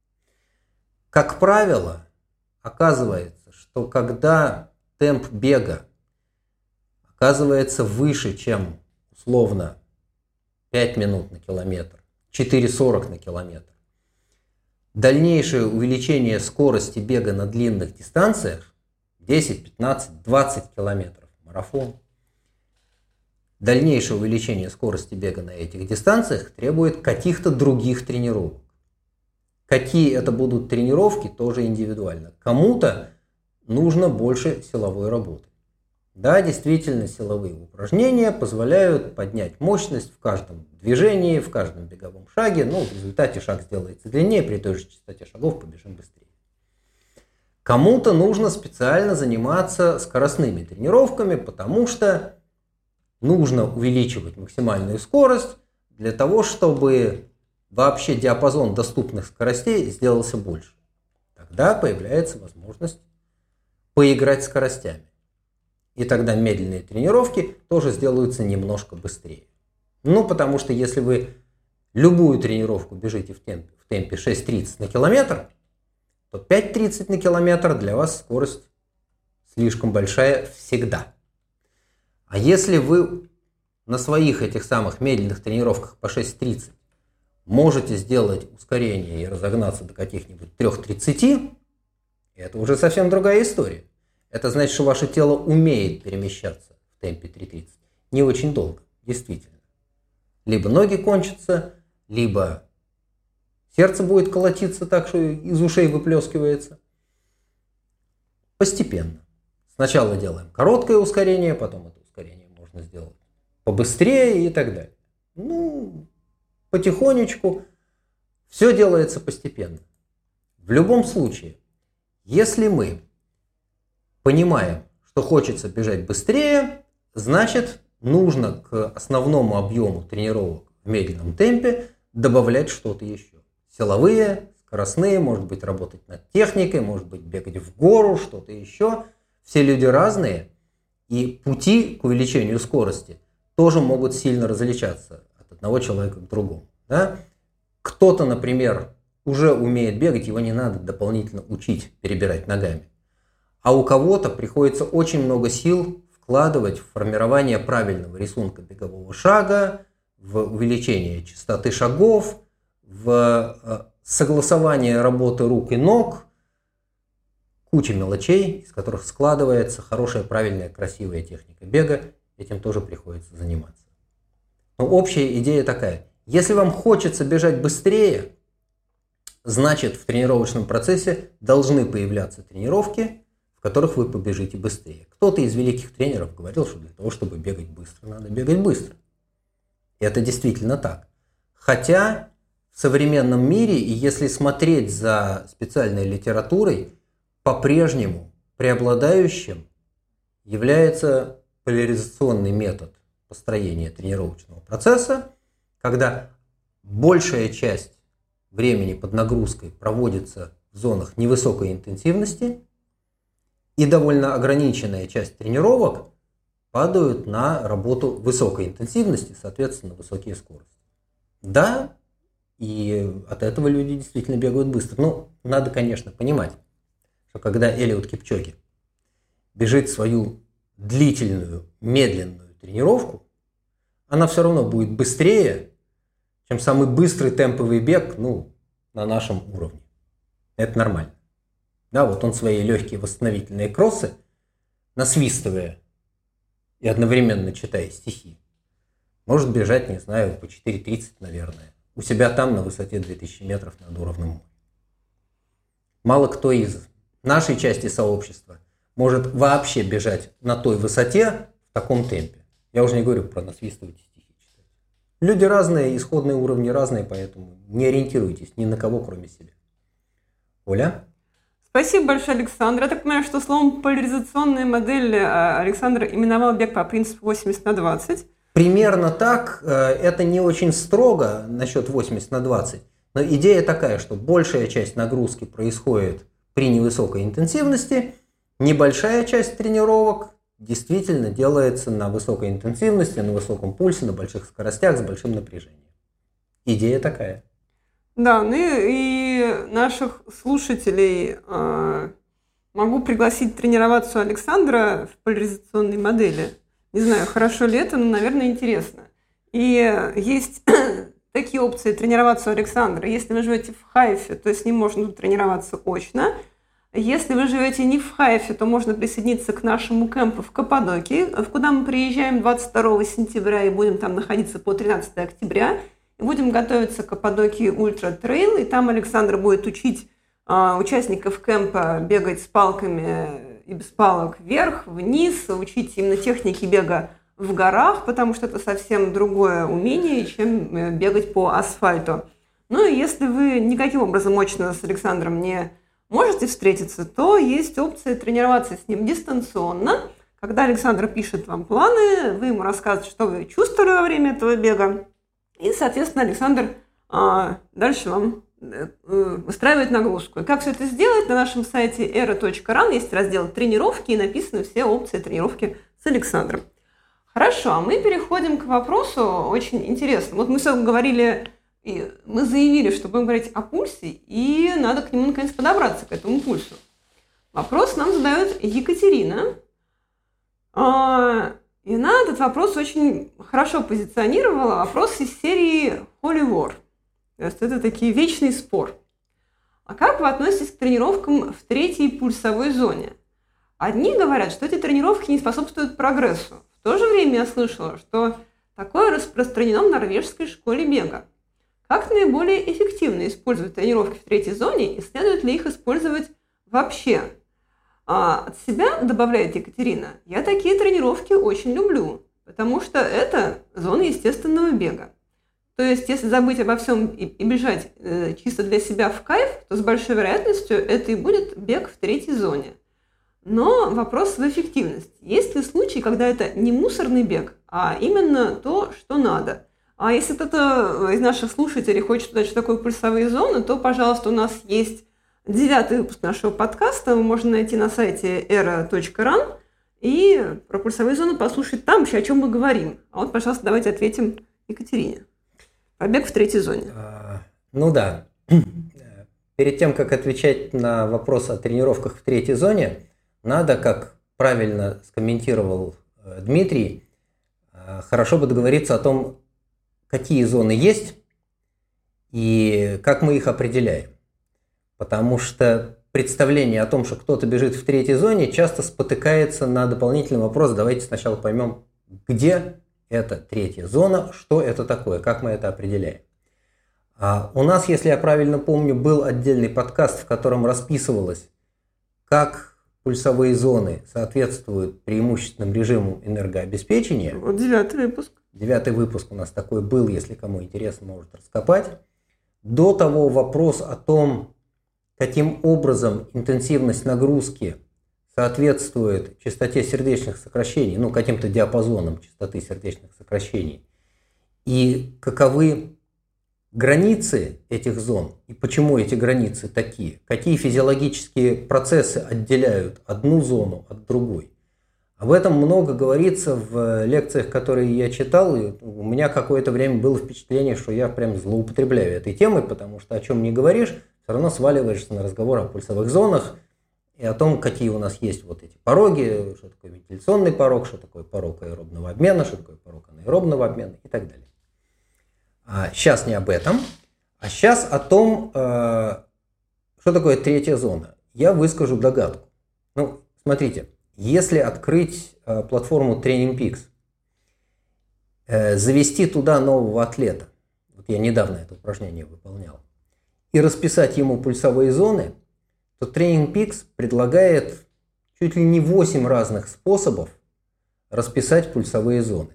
Как правило, оказывается, что когда темп бега оказывается выше, чем условно пять минут на километр, четыре сорок на километр, дальнейшее увеличение скорости бега на длинных дистанциях, десять, пятнадцать, двадцать километров, марафон, дальнейшее увеличение скорости бега на этих дистанциях требует каких-то других тренировок. Какие это будут тренировки, тоже индивидуально. Кому-то нужно больше силовой работы. Да, действительно, силовые упражнения позволяют поднять мощность в каждом движении, в каждом беговом шаге. Но в результате шаг сделается длиннее, при той же частоте шагов побежим быстрее. Кому-то нужно специально заниматься скоростными тренировками, потому что нужно увеличивать максимальную скорость для того, чтобы вообще диапазон доступных скоростей сделался больше. Тогда появляется возможность поиграть с скоростями. И тогда медленные тренировки тоже сделаются немножко быстрее. Ну, потому что если вы любую тренировку бежите в темпе, в темпе шесть тридцать на километр, то пять тридцать на километр для вас скорость слишком большая всегда. А если вы на своих этих самых медленных тренировках по шесть тридцать можете сделать ускорение и разогнаться до каких-нибудь три тридцать, это уже совсем другая история. Это значит, что ваше тело умеет перемещаться в темпе три тридцать. Не очень долго, действительно. Либо ноги кончатся, либо сердце будет колотиться так, что из ушей выплескивается. Постепенно. Сначала делаем короткое ускорение, потом это ускорение можно сделать побыстрее и так далее. Ну, потихонечку. Все делается постепенно. В любом случае, если мы понимаем, что хочется бежать быстрее, значит, нужно к основному объему тренировок в медленном темпе добавлять что-то еще. Силовые, скоростные, может быть, работать над техникой, может быть, бегать в гору, что-то еще. Все люди разные, и пути к увеличению скорости тоже могут сильно различаться от одного человека к другому. Да? Кто-то, например, уже умеет бегать, его не надо дополнительно учить перебирать ногами. А у кого-то приходится очень много сил вкладывать в формирование правильного рисунка бегового шага, в увеличение частоты шагов, в согласование работы рук и ног, куча мелочей, из которых складывается хорошая, правильная, красивая техника бега. Этим тоже приходится заниматься. Но общая идея такая. Если вам хочется бежать быстрее, значит, в тренировочном процессе должны появляться тренировки, в которых вы побежите быстрее. Кто-то из великих тренеров говорил, что для того, чтобы бегать быстро, надо бегать быстро. И это действительно так. Хотя в современном мире, и если смотреть за специальной литературой, по-прежнему преобладающим является поляризационный метод построения тренировочного процесса, когда большая часть времени под нагрузкой проводится в зонах невысокой интенсивности, и довольно ограниченная часть тренировок падают на работу высокой интенсивности, соответственно, высокие скорости. Да, и от этого люди действительно бегают быстро. Но надо, конечно, понимать, что когда Элиот Кипчоги бежит свою длительную, медленную тренировку, она все равно будет быстрее, чем самый быстрый темповый бег, ну, на нашем уровне. Это нормально. Да, вот он свои легкие восстановительные кроссы, насвистывая и одновременно читая стихи, может бежать, не знаю, по четыре тридцать, наверное, у себя там на высоте две тысячи метров над уровнем моря. Мало кто из нашей части сообщества может вообще бежать на той высоте в таком темпе. Я уже не говорю про насвистывать стихи читать. Люди разные, исходные уровни разные, поэтому не ориентируйтесь ни на кого, кроме себя. Оля? Спасибо большое, Александр. Я так понимаю, что словом поляризационная модель Александр именовал бег по принципу восемьдесят на двадцать. Примерно так. Это не очень строго насчет восемьдесят на двадцать, но идея такая, что большая часть нагрузки происходит при невысокой интенсивности, небольшая часть тренировок действительно делается на высокой интенсивности, на высоком пульсе, на больших скоростях, с большим напряжением. Идея такая. Да, ну и наших слушателей э, могу пригласить тренироваться у Александра в поляризационной модели. Не знаю, хорошо ли это, но, наверное, интересно. И есть такие опции тренироваться у Александра. Если вы живете в Хайфе, то с ним можно тренироваться очно. Если вы живете не в Хайфе, то можно присоединиться к нашему кемпу в Каппадокии, куда мы приезжаем двадцать второго сентября и будем там находиться по тринадцатого октября. И будем готовиться к Каппадокии Ультра Трейл, и там Александр будет учить э, участников кемпа бегать с палками и без палок вверх, вниз, учить именно техники бега в горах, потому что это совсем другое умение, чем бегать по асфальту. Ну и если вы никаким образом очно с Александром не можете встретиться, то есть опция тренироваться с ним дистанционно. Когда Александр пишет вам планы, вы ему рассказываете, что вы чувствовали во время этого бега. И, соответственно, Александр а, дальше вам э, устраивает нагрузку. И как все это сделать? На нашем сайте эра точка ран есть раздел «Тренировки» и написаны все опции тренировки с Александром. Хорошо, а мы переходим к вопросу очень интересному. Вот мы все говорили, и мы заявили, что будем говорить о пульсе, и надо к нему наконец подобраться, к этому пульсу. Вопрос нам задает Екатерина. А, И она этот вопрос очень хорошо позиционировала. Вопрос из серии Holy War. То есть это такие вечный спор. А как вы относитесь к тренировкам в третьей пульсовой зоне? Одни говорят, что эти тренировки не способствуют прогрессу. В то же время я слышала, что такое распространено в норвежской школе бега. Как наиболее эффективно использовать тренировки в третьей зоне и следует ли их использовать вообще? А от себя, добавляет Екатерина, я такие тренировки очень люблю, потому что это зона естественного бега. То есть, если забыть обо всем и, и бежать э, чисто для себя в кайф, то с большой вероятностью это и будет бег в третьей зоне. Но вопрос в эффективности. Есть ли случаи, когда это не мусорный бег, а именно то, что надо? А если кто-то из наших слушателей хочет узнать, что такое пульсовые зоны, то, пожалуйста, у нас есть девятый выпуск нашего подкаста, его можно найти на сайте эра точка ран и про пульсовые зоны послушать там вообще, о чем мы говорим. А вот, пожалуйста, давайте ответим Екатерине. Побег в третьей зоне. А, ну да. Перед тем, как отвечать на вопрос о тренировках в третьей зоне, надо, как правильно скомментировал Дмитрий, хорошо бы договориться о том, какие зоны есть и как мы их определяем. Потому что представление о том, что кто-то бежит в третьей зоне, часто спотыкается на дополнительный вопрос. Давайте сначала поймем, где это третья зона. Что это такое? Как мы это определяем? А у нас, если я правильно помню, был отдельный подкаст, в котором расписывалось, как пульсовые зоны соответствуют преимущественным режимам энергообеспечения. Вот девятый выпуск. Девятый выпуск у нас такой был, если кому интересно, может раскопать. До того вопрос о том, каким образом интенсивность нагрузки соответствует частоте сердечных сокращений, ну, каким-то диапазонам частоты сердечных сокращений, и каковы границы этих зон, и почему эти границы такие, какие физиологические процессы отделяют одну зону от другой. Об этом много говорится в лекциях, которые я читал, и у меня какое-то время было впечатление, что я прям злоупотребляю этой темой, потому что о чем не говоришь, все равно сваливаешься на разговор о пульсовых зонах и о том, какие у нас есть вот эти пороги, что такое вентиляционный порог, что такое порог аэробного обмена, что такое порог анаэробного обмена и так далее. А сейчас не об этом, а сейчас о том, что такое третья зона. Я выскажу догадку. Ну, смотрите, если открыть платформу TrainingPeaks, завести туда нового атлета, вот я недавно это упражнение выполнял, и расписать ему пульсовые зоны, то TrainingPeaks предлагает чуть ли не восемь разных способов расписать пульсовые зоны.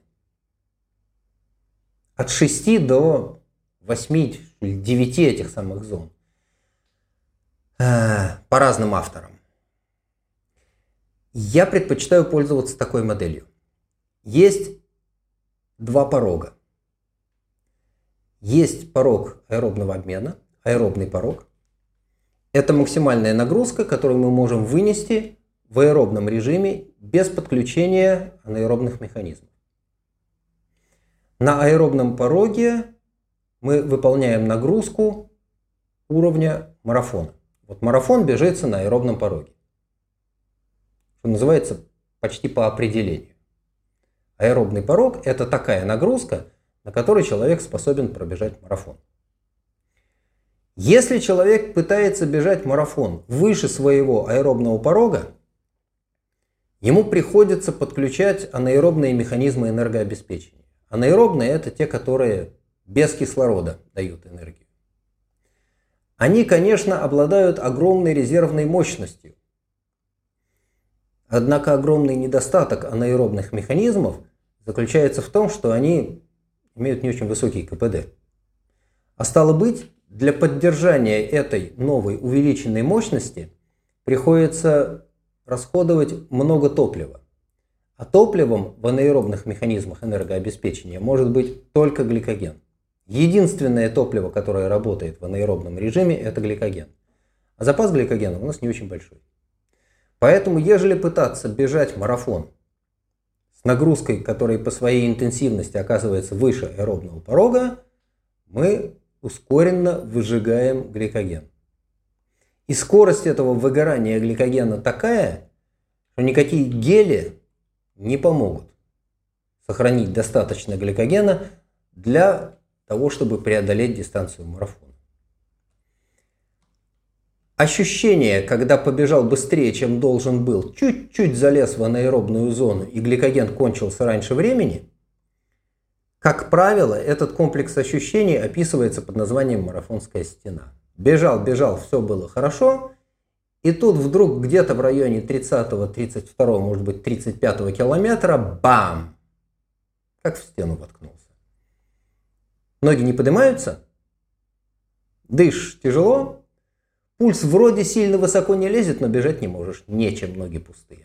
От шести до восьми, девяти этих самых зон. По разным авторам. Я предпочитаю пользоваться такой моделью. Есть два порога. Есть порог аэробного обмена, аэробный порог. Это максимальная нагрузка, которую мы можем вынести в аэробном режиме без подключения анаэробных механизмов. На аэробном пороге мы выполняем нагрузку уровня марафона. Вот марафон бежится на аэробном пороге. Что называется почти по определению. Аэробный порог – это такая нагрузка, на которой человек способен пробежать марафон. Если человек пытается бежать марафон выше своего аэробного порога, ему приходится подключать анаэробные механизмы энергообеспечения. Анаэробные – это те, которые без кислорода дают энергию. Они, конечно, обладают огромной резервной мощностью. Однако огромный недостаток анаэробных механизмов заключается в том, что они имеют не очень высокий ка пэ дэ. А стало быть, для поддержания этой новой увеличенной мощности приходится расходовать много топлива. А топливом в анаэробных механизмах энергообеспечения может быть только гликоген. Единственное топливо, которое работает в анаэробном режиме, это гликоген. А запас гликогена у нас не очень большой. Поэтому, ежели пытаться бежать марафон с нагрузкой, которая по своей интенсивности оказывается выше аэробного порога, мы ускоренно выжигаем гликоген. И скорость этого выгорания гликогена такая, что никакие гели не помогут сохранить достаточно гликогена для того, чтобы преодолеть дистанцию марафона. Ощущение, когда побежал быстрее, чем должен был, чуть-чуть залез в анаэробную зону и гликоген кончился раньше времени, как правило, этот комплекс ощущений описывается под названием марафонская стена. Бежал, бежал, все было хорошо, и тут вдруг где-то в районе тридцатого, тридцать второго, может быть, тридцать пятого километра, бам! Как в стену воткнулся. Ноги не поднимаются, дышишь тяжело, пульс вроде сильно высоко не лезет, но бежать не можешь, нечем, ноги пустые.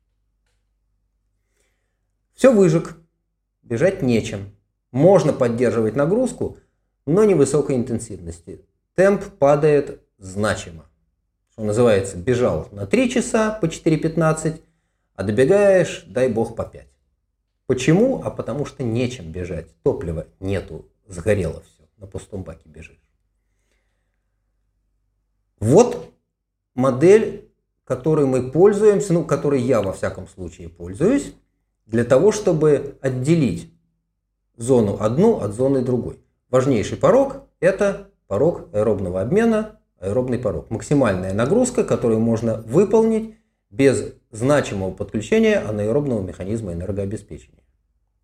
Все выжег, бежать нечем. Можно поддерживать нагрузку, но невысокой интенсивности. Темп падает значимо. Что называется, бежал на три часа по четыре пятнадцать, а добегаешь, дай бог, по пять. Почему? А потому что нечем бежать. Топлива нету, сгорело все. На пустом баке бежишь. Вот модель, которой мы пользуемся, ну, которой я во всяком случае пользуюсь, для того, чтобы отделить зону одну от зоны другой. Важнейший порог – это порог аэробного обмена, аэробный порог. Максимальная нагрузка, которую можно выполнить без значимого подключения анаэробного механизма энергообеспечения.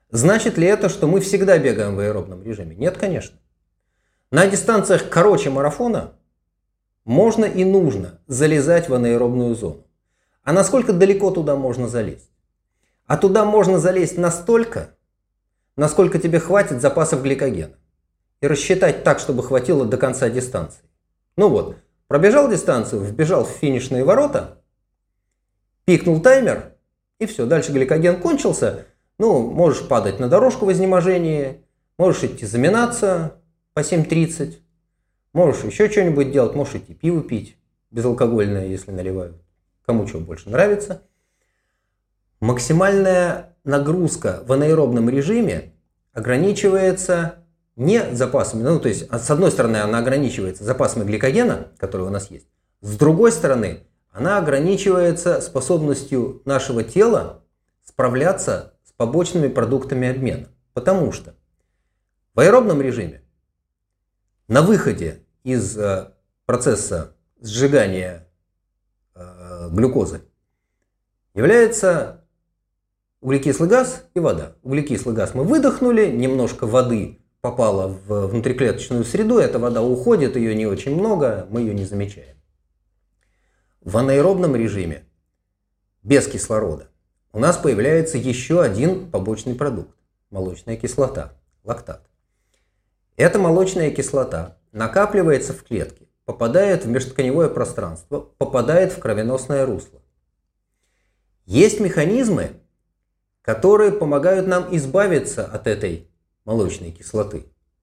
Значит ли это, что мы всегда бегаем в аэробном режиме? Нет, конечно. На дистанциях короче марафона можно и нужно залезать в анаэробную зону. А насколько далеко туда можно залезть? А туда можно залезть настолько, насколько тебе хватит запасов гликогена. И рассчитать так, чтобы хватило до конца дистанции. Ну вот, пробежал дистанцию, вбежал в финишные ворота, пикнул таймер, и все, дальше гликоген кончился. Ну, можешь падать на дорожку в изнеможении, можешь идти заминаться по семь тридцать, можешь еще что-нибудь делать, можешь идти пиво пить, безалкогольное, если наливают. Кому что больше нравится. Максимальная нагрузка в анаэробном режиме ограничивается не запасами, ну то есть с одной стороны она ограничивается запасами гликогена, которые у нас есть, с другой стороны она ограничивается способностью нашего тела справляться с побочными продуктами обмена. Потому что в аэробном режиме на выходе из процесса сжигания глюкозы является углекислый газ и вода. Углекислый газ мы выдохнули, немножко воды попала в внутриклеточную среду, эта вода уходит, ее не очень много, мы ее не замечаем. В анаэробном режиме без кислорода у нас появляется еще один побочный продукт – молочная кислота, лактат. Эта молочная кислота накапливается в клетке, попадает в межтканевое пространство, попадает в кровеносное русло. Есть механизмы, которые помогают нам избавиться от этой молочной кислоты.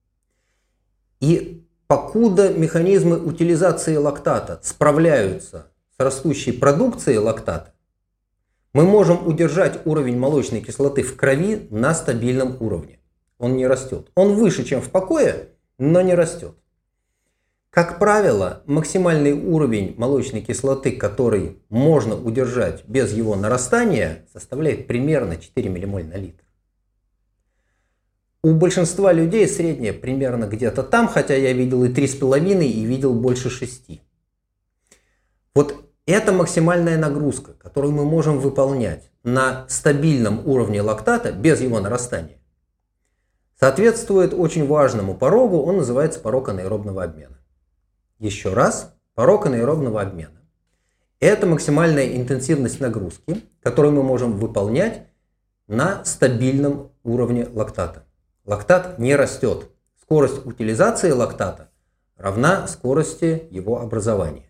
И покуда механизмы утилизации лактата справляются с растущей продукцией лактата, мы можем удержать уровень молочной кислоты в крови на стабильном уровне. Он не растет. Он выше, чем в покое, но не растет. Как правило, максимальный уровень молочной кислоты, который можно удержать без его нарастания, составляет примерно четыре миллимоля на литр. У большинства людей средняя примерно где-то там, хотя я видел и три с половиной, и видел больше шести. Вот это максимальная нагрузка, которую мы можем выполнять на стабильном уровне лактата без его нарастания. Соответствует очень важному порогу, он называется порог анаэробного обмена. Еще раз, порог анаэробного обмена. Это максимальная интенсивность нагрузки, которую мы можем выполнять на стабильном уровне лактата. Лактат не растет. Скорость утилизации лактата равна скорости его образования.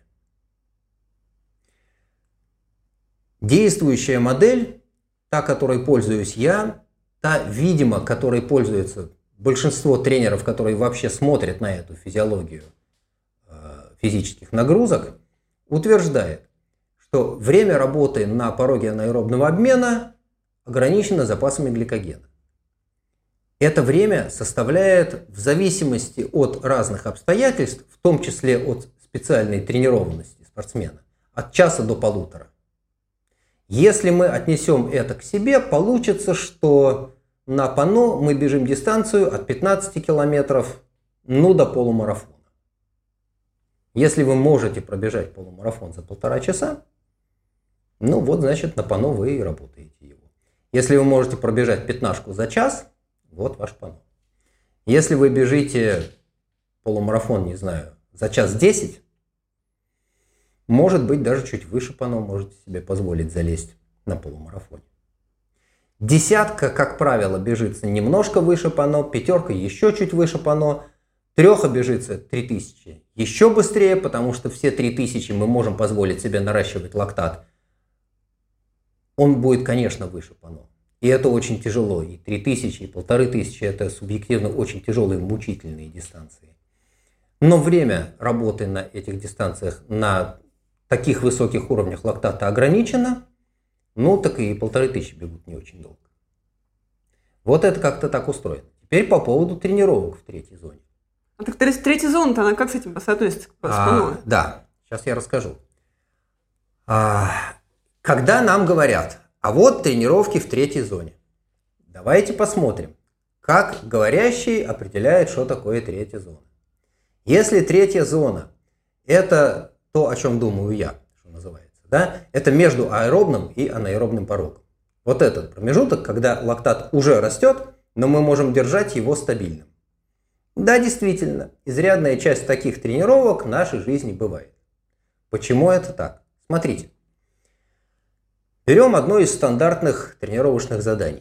Действующая модель, та, которой пользуюсь я, та, видимо, которой пользуется большинство тренеров, которые вообще смотрят на эту физиологию физических нагрузок, утверждает, что время работы на пороге анаэробного обмена ограничено запасами гликогена. Это время составляет в зависимости от разных обстоятельств, в том числе от специальной тренированности спортсмена, от часа до полутора. Если мы отнесем это к себе, получится, что на пано мы бежим дистанцию от пятнадцати километров ну, до полумарафона. Если вы можете пробежать полумарафон за полтора часа, ну вот, значит, на пано вы и работаете его. Если вы можете пробежать пятнашку за час, вот ваш пано. Если вы бежите полумарафон, не знаю, за час десять, может быть, даже чуть выше пано можете себе позволить залезть на полумарафоне. Десятка, как правило, бежится немножко выше пано, пятерка еще чуть выше пано, треха бежится три тысячи еще быстрее, потому что все три тысячи мы можем позволить себе наращивать лактат. Он будет, конечно, выше пано. И это очень тяжело. И три тысячи, и полторы тысячи – это субъективно очень тяжелые, мучительные дистанции. Но время работы на этих дистанциях на таких высоких уровнях лактата ограничено, ну так и полторы тысячи бегут не очень долго. Вот это как-то так устроено. Теперь по поводу тренировок в третьей зоне. А так третья зона-то, она как с этим соотносится? А, да, сейчас я расскажу. А, когда нам говорят, а вот тренировки в третьей зоне, давайте посмотрим, как говорящий определяет, что такое третья зона. Если третья зона – это то, о чем думаю я, что называется, да, это между аэробным и анаэробным порогом. Вот этот промежуток, когда лактат уже растет, но мы можем держать его стабильным. Да, действительно, изрядная часть таких тренировок в нашей жизни бывает. Почему это так? Смотрите. Берем одно из стандартных тренировочных заданий.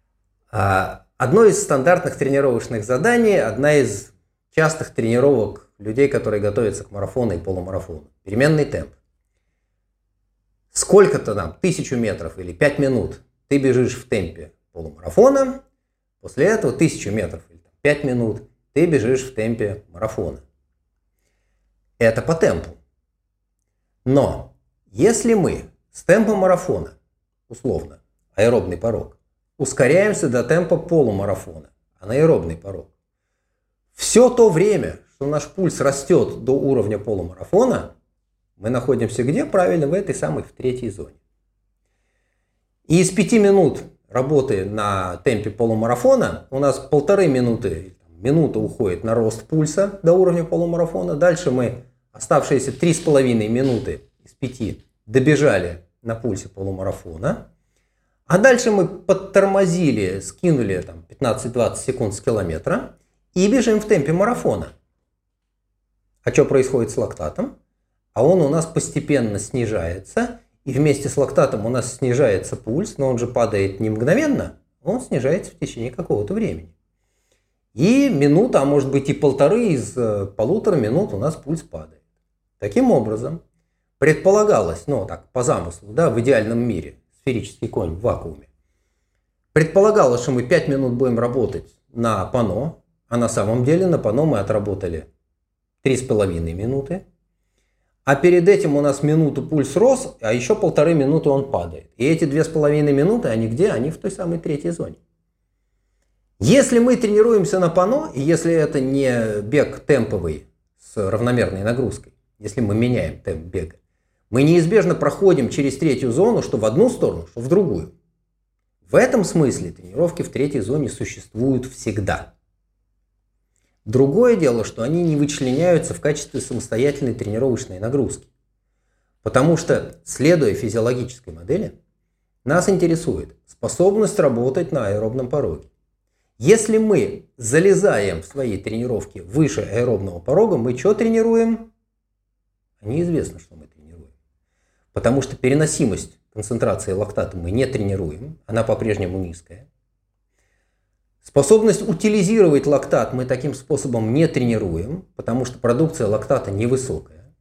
Одно из стандартных тренировочных заданий, одна из частых тренировок людей, которые готовятся к марафону и полумарафону. Переменный темп. Сколько-то там, тысячу метров или пять минут ты бежишь в темпе полумарафона, после этого тысячу метров или пять минут ты бежишь в темпе марафона. Это по темпу. Но если мы с темпом марафона, условно, аэробный порог, ускоряемся до темпа полумарафона, анаэробный порог, все то время, что наш пульс растет до уровня полумарафона, мы находимся где? Правильно, в этой самой, в третьей зоне. И из пяти минут работы на темпе полумарафона у нас полторы минуты, минута уходит на рост пульса до уровня полумарафона. Дальше мы оставшиеся три с половиной минуты из пяти добежали на пульсе полумарафона. А дальше мы подтормозили, скинули там пятнадцать-двадцать секунд с километра и бежим в темпе марафона. А что происходит с лактатом? А он у нас постепенно снижается, и вместе с лактатом у нас снижается пульс, но он же падает не мгновенно, он снижается в течение какого-то времени. И минута, а может быть и полторы из полутора минут у нас пульс падает. Таким образом, предполагалось, ну так, по замыслу, да, в идеальном мире, сферический конь в вакууме, предполагалось, что мы пять минут будем работать на пано, а на самом деле на пано мы отработали три с половиной минуты. А перед этим у нас минуту пульс рос, а еще полторы минуты он падает. И эти две с половиной минуты, они где? Они в той самой третьей зоне. Если мы тренируемся на пано, и если это не бег темповый с равномерной нагрузкой, если мы меняем темп бега, мы неизбежно проходим через третью зону, что в одну сторону, что в другую. В этом смысле тренировки в третьей зоне существуют всегда. Другое дело, что они не вычленяются в качестве самостоятельной тренировочной нагрузки. Потому что, следуя физиологической модели, нас интересует способность работать на аэробном пороге. Если мы залезаем в своей тренировке выше аэробного порога, мы что тренируем? Неизвестно, что мы тренируем. Потому что переносимость концентрации лактата мы не тренируем, она по-прежнему низкая. Способность утилизировать лактат мы таким способом не тренируем, потому что продукция лактата невысокая.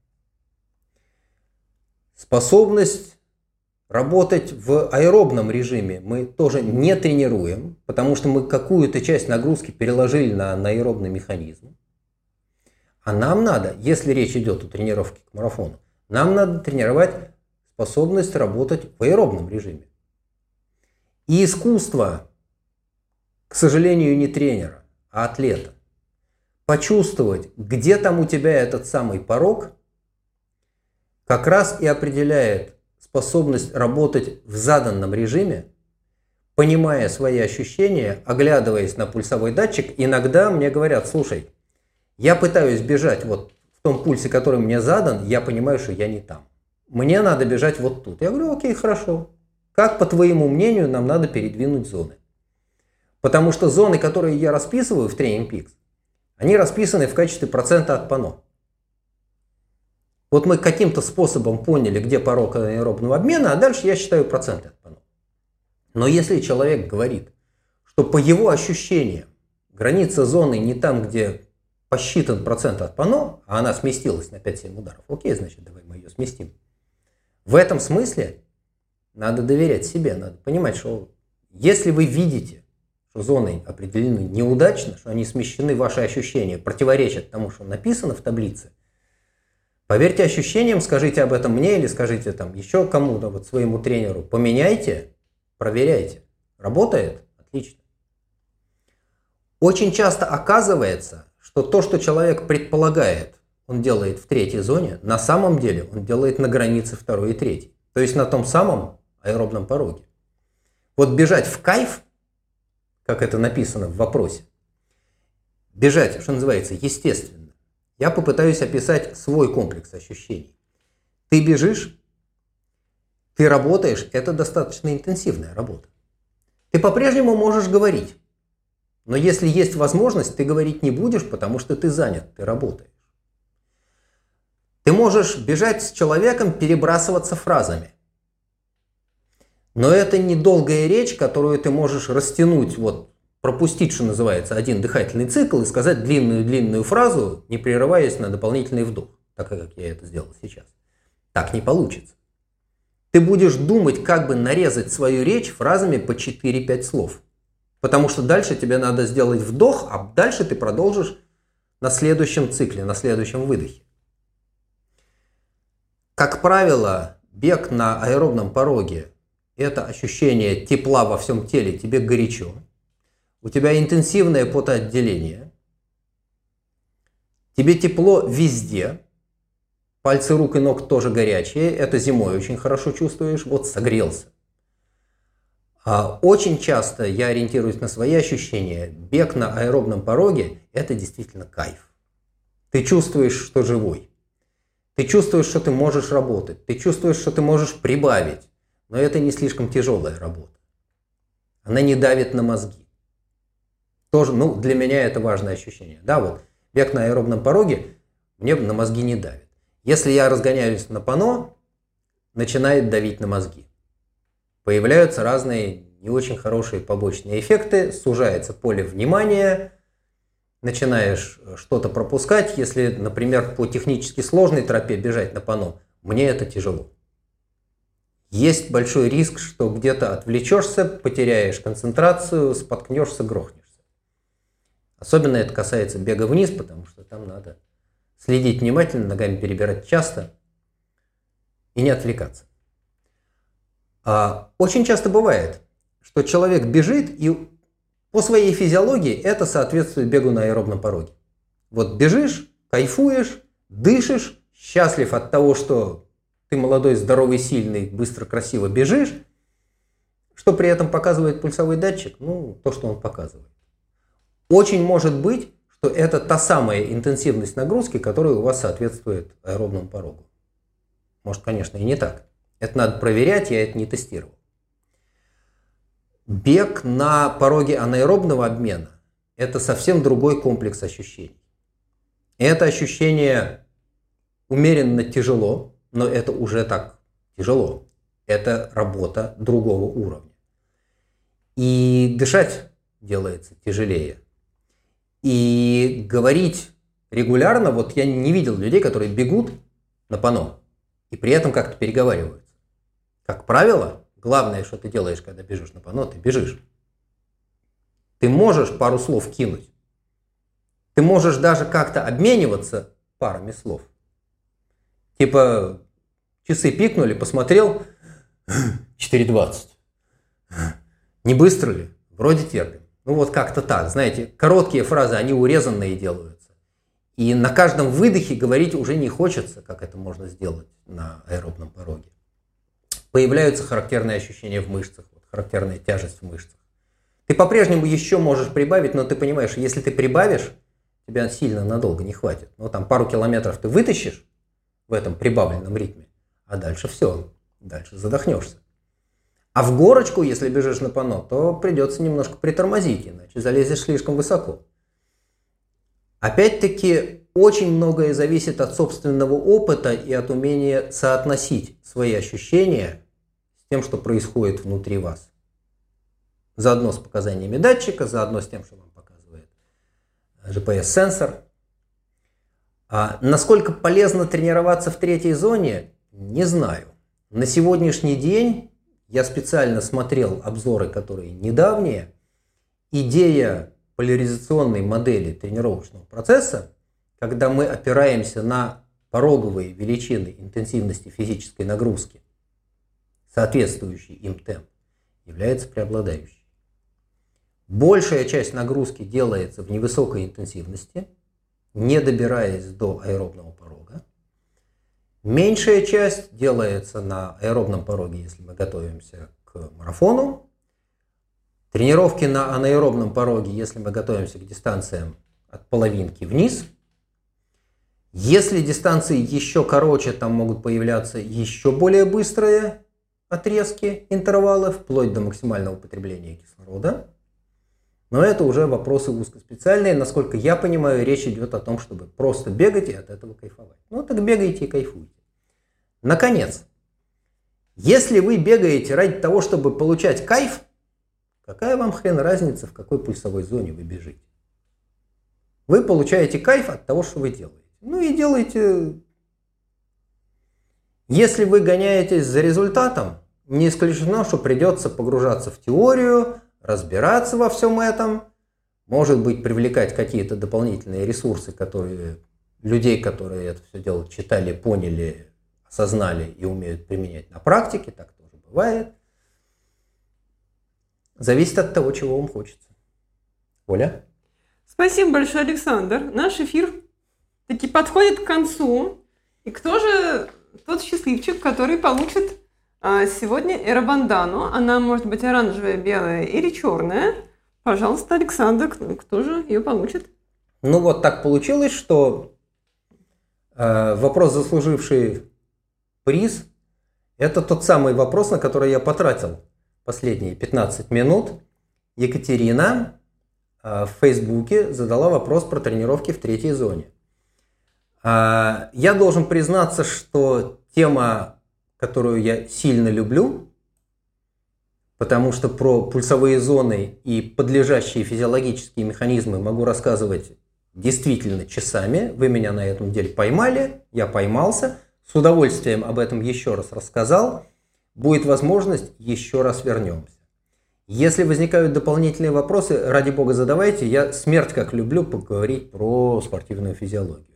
Способность работать в аэробном режиме мы тоже не тренируем, потому что мы какую-то часть нагрузки переложили на анаэробный механизм. А нам надо, если речь идет о тренировке к марафону, нам надо тренировать способность работать в аэробном режиме. И искусство, к сожалению, не тренера, а атлета, почувствовать, где там у тебя этот самый порог, как раз и определяет способность работать в заданном режиме, понимая свои ощущения, оглядываясь на пульсовой датчик. Иногда мне говорят: слушай, я пытаюсь бежать вот в том пульсе, который мне задан, я понимаю, что я не там. Мне надо бежать вот тут. Я говорю: окей, хорошо. Как, по твоему мнению, нам надо передвинуть зоны? Потому что зоны, которые я расписываю в Training Peaks, они расписаны в качестве процента от пано. Вот мы каким-то способом поняли, где порог аэробного обмена, а дальше я считаю проценты от пано. Но если человек говорит, что по его ощущениям граница зоны не там, где посчитан процент от пано, а она сместилась на пять-семь ударов, окей, значит, давай мы ее сместим. В этом смысле надо доверять себе, надо понимать, что если вы видите, что зоны определены неудачно, что они смещены, ваши ощущения противоречат тому, что написано в таблице, поверьте ощущениям, скажите об этом мне или скажите там еще кому-то, вот своему тренеру, поменяйте, проверяйте. Работает? Отлично. Очень часто оказывается, что то, что человек предполагает, он делает в третьей зоне, на самом деле он делает на границе второй и третьей. То есть на том самом аэробном пороге. Вот бежать в кайф, как это написано в вопросе, бежать, что называется, естественно. Я попытаюсь описать свой комплекс ощущений. Ты бежишь, ты работаешь, это достаточно интенсивная работа. Ты по-прежнему можешь говорить. Но если есть возможность, ты говорить не будешь, потому что ты занят, ты работаешь. Ты можешь бежать с человеком, перебрасываться фразами. Но это не долгая речь, которую ты можешь растянуть, вот, пропустить, что называется, один дыхательный цикл и сказать длинную-длинную фразу, не прерываясь на дополнительный вдох, так как я это сделал сейчас. Так не получится. Ты будешь думать, как бы нарезать свою речь фразами по четыре-пять слов. Потому что дальше тебе надо сделать вдох, а дальше ты продолжишь на следующем цикле, на следующем выдохе. Как правило, бег на аэробном пороге – это ощущение тепла во всем теле, тебе горячо. У тебя интенсивное потоотделение. Тебе тепло везде. Пальцы рук и ног тоже горячие. Это зимой очень хорошо чувствуешь. Вот согрелся. А очень часто я ориентируюсь на свои ощущения. Бег на аэробном пороге – это действительно кайф. Ты чувствуешь, что живой. Ты чувствуешь, что ты можешь работать. Ты чувствуешь, что ты можешь прибавить. Но это не слишком тяжелая работа. Она не давит на мозги. Тоже, ну, для меня это важное ощущение. Да, вот бег на аэробном пороге мне на мозги не давит. Если я разгоняюсь на пано, начинает давить на мозги. Появляются разные не очень хорошие побочные эффекты, сужается поле внимания, начинаешь что-то пропускать. Если, например, по технически сложной тропе бежать на пано, мне это тяжело. Есть большой риск, что где-то отвлечешься, потеряешь концентрацию, споткнешься, грохнешься. Особенно это касается бега вниз, потому что там надо следить внимательно, ногами перебирать часто и не отвлекаться. А очень часто бывает, что человек бежит, и по своей физиологии это соответствует бегу на аэробном пороге. Вот бежишь, кайфуешь, дышишь, счастлив от того, что ты молодой, здоровый, сильный, быстро, красиво бежишь. Что при этом показывает пульсовой датчик? Ну, то, что он показывает. Очень может быть, что это та самая интенсивность нагрузки, которая у вас соответствует аэробному порогу. Может, конечно, и не так. Это надо проверять, я это не тестировал. Бег на пороге анаэробного обмена – это совсем другой комплекс ощущений. Это ощущение умеренно тяжело, но это уже так тяжело. Это работа другого уровня. И дышать делается тяжелее. И говорить регулярно, вот я не видел людей, которые бегут на пано и при этом как-то переговариваются. Как правило, главное, что ты делаешь, когда бежишь на пано, ты бежишь. Ты можешь пару слов кинуть. Ты можешь даже как-то обмениваться парами слов. Типа, часы пикнули, посмотрел, четыре двадцать. Не быстро ли? Вроде терпим. Ну вот как-то так, знаете, короткие фразы, они урезанные делаются. И на каждом выдохе говорить уже не хочется, как это можно сделать на аэробном пороге. Появляются характерные ощущения в мышцах, характерная тяжесть в мышцах. Ты по-прежнему еще можешь прибавить, но ты понимаешь, если ты прибавишь, тебя сильно надолго не хватит. Ну там пару километров ты вытащишь в этом прибавленном ритме, а дальше все, дальше задохнешься. А в горочку, если бежишь на пано, то придется немножко притормозить, иначе залезешь слишком высоко. Опять-таки, очень многое зависит от собственного опыта и от умения соотносить свои ощущения с тем, что происходит внутри вас. Заодно с показаниями датчика, заодно с тем, что вам показывает джи пи эс-сенсор. А насколько полезно тренироваться в третьей зоне, не знаю. На сегодняшний день я специально смотрел обзоры, которые недавние. Идея поляризационной модели тренировочного процесса, когда мы опираемся на пороговые величины интенсивности физической нагрузки, соответствующий им темп, является преобладающей. Большая часть нагрузки делается в невысокой интенсивности, не добираясь до аэробного порога. Меньшая часть делается на аэробном пороге, если мы готовимся к марафону. Тренировки на анаэробном пороге, если мы готовимся к дистанциям от половинки вниз. Если дистанции еще короче, там могут появляться еще более быстрые отрезки, интервалы, вплоть до максимального потребления кислорода. Но это уже вопросы узкоспециальные. Насколько я понимаю, речь идет о том, чтобы просто бегать и от этого кайфовать. Ну так бегайте и кайфуйте. Наконец, если вы бегаете ради того, чтобы получать кайф, какая вам хрен разница, в какой пульсовой зоне вы бежите? Вы получаете кайф от того, что вы делаете. Ну и делайте. Если вы гоняетесь за результатом, не исключено, что придется погружаться в теорию, разбираться во всем этом, может быть, привлекать какие-то дополнительные ресурсы, которые людей, которые это все дело читали, поняли, осознали и умеют применять на практике, так тоже бывает. Зависит от того, чего вам хочется. Оля? Спасибо большое, Александр. Наш эфир таки подходит к концу. И кто же тот счастливчик, который получит а, сегодня эробандану? Она может быть оранжевая, белая или черная. Пожалуйста, Александр, кто, кто же ее получит? Ну вот так получилось, что э, вопрос, заслуживший приз, это тот самый вопрос, на который я потратил последние пятнадцать минут. Екатерина э, в Фейсбуке задала вопрос про тренировки в третьей зоне. Э, я должен признаться, что тема, которую я сильно люблю, потому что про пульсовые зоны и подлежащие физиологические механизмы могу рассказывать действительно часами. Вы меня на этом деле поймали, я поймался. С удовольствием об этом еще раз рассказал. Будет возможность, еще раз вернемся. Если возникают дополнительные вопросы, ради бога задавайте. Я смерть как люблю поговорить про спортивную физиологию.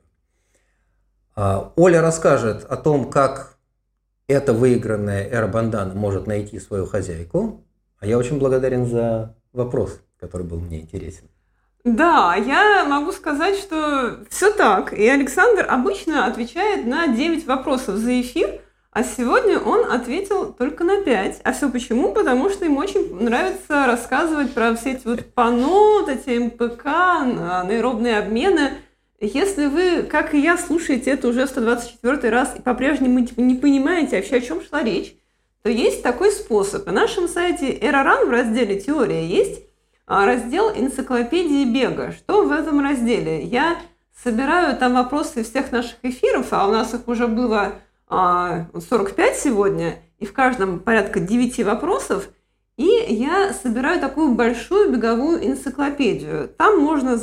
Оля расскажет о том, как эта выигранная эробандана может найти свою хозяйку. А я очень благодарен за вопрос, который был мне интересен. Да, я могу сказать, что все так. И Александр обычно отвечает на девять вопросов за эфир, а сегодня он ответил только на пять. А все почему? Потому что ему очень нравится рассказывать про все эти вот ПАНО, вот эти эм пэ ка, анаэробные обмены. Если вы, как и я, слушаете это уже сто двадцать четвёртый раз и по-прежнему не понимаете вообще, о чем шла речь, то есть такой способ. На нашем сайте ERA-Run в разделе «Теория» есть раздел «Энциклопедии бега». Что в этом разделе? Я собираю там вопросы всех наших эфиров, а у нас их уже было сорок пять сегодня, и в каждом порядка девять вопросов. И я собираю такую большую беговую энциклопедию. Там можно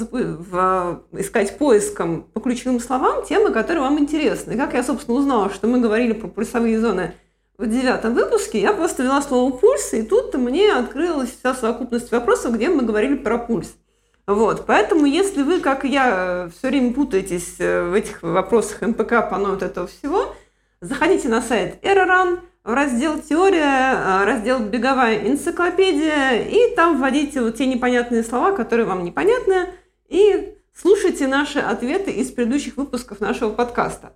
искать поиском по ключевым словам темы, которые вам интересны. И как я, собственно, узнала, что мы говорили про пульсовые зоны в девятом выпуске, я просто ввела слово «пульс», и тут мне открылась вся совокупность вопросов, где мы говорили про пульс. Вот. Поэтому, если вы, как и я, все время путаетесь в этих вопросах эм пэ ка, ПАНО, вот этого всего, заходите на сайт ERA-Run, в раздел «Теория», раздел «Беговая энциклопедия», и там вводите вот те непонятные слова, которые вам непонятны, и слушайте наши ответы из предыдущих выпусков нашего подкаста.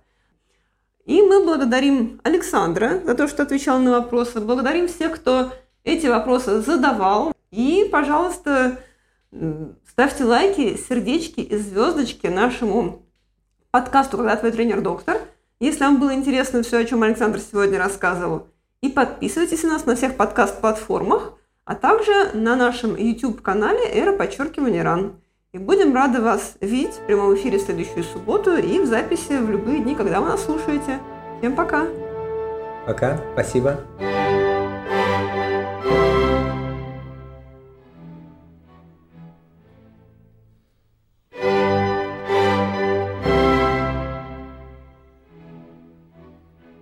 И мы благодарим Александра за то, что отвечал на вопросы, благодарим всех, кто эти вопросы задавал. И, пожалуйста, ставьте лайки, сердечки и звездочки нашему подкасту «Когда твой тренер-доктор», если вам было интересно все, о чем Александр сегодня рассказывал. И подписывайтесь на нас на всех подкаст-платформах, а также на нашем YouTube-канале «Эра подчеркивание ран». И будем рады вас видеть в прямом эфире в следующую субботу и в записи в любые дни, когда вы нас слушаете. Всем пока! Пока, спасибо.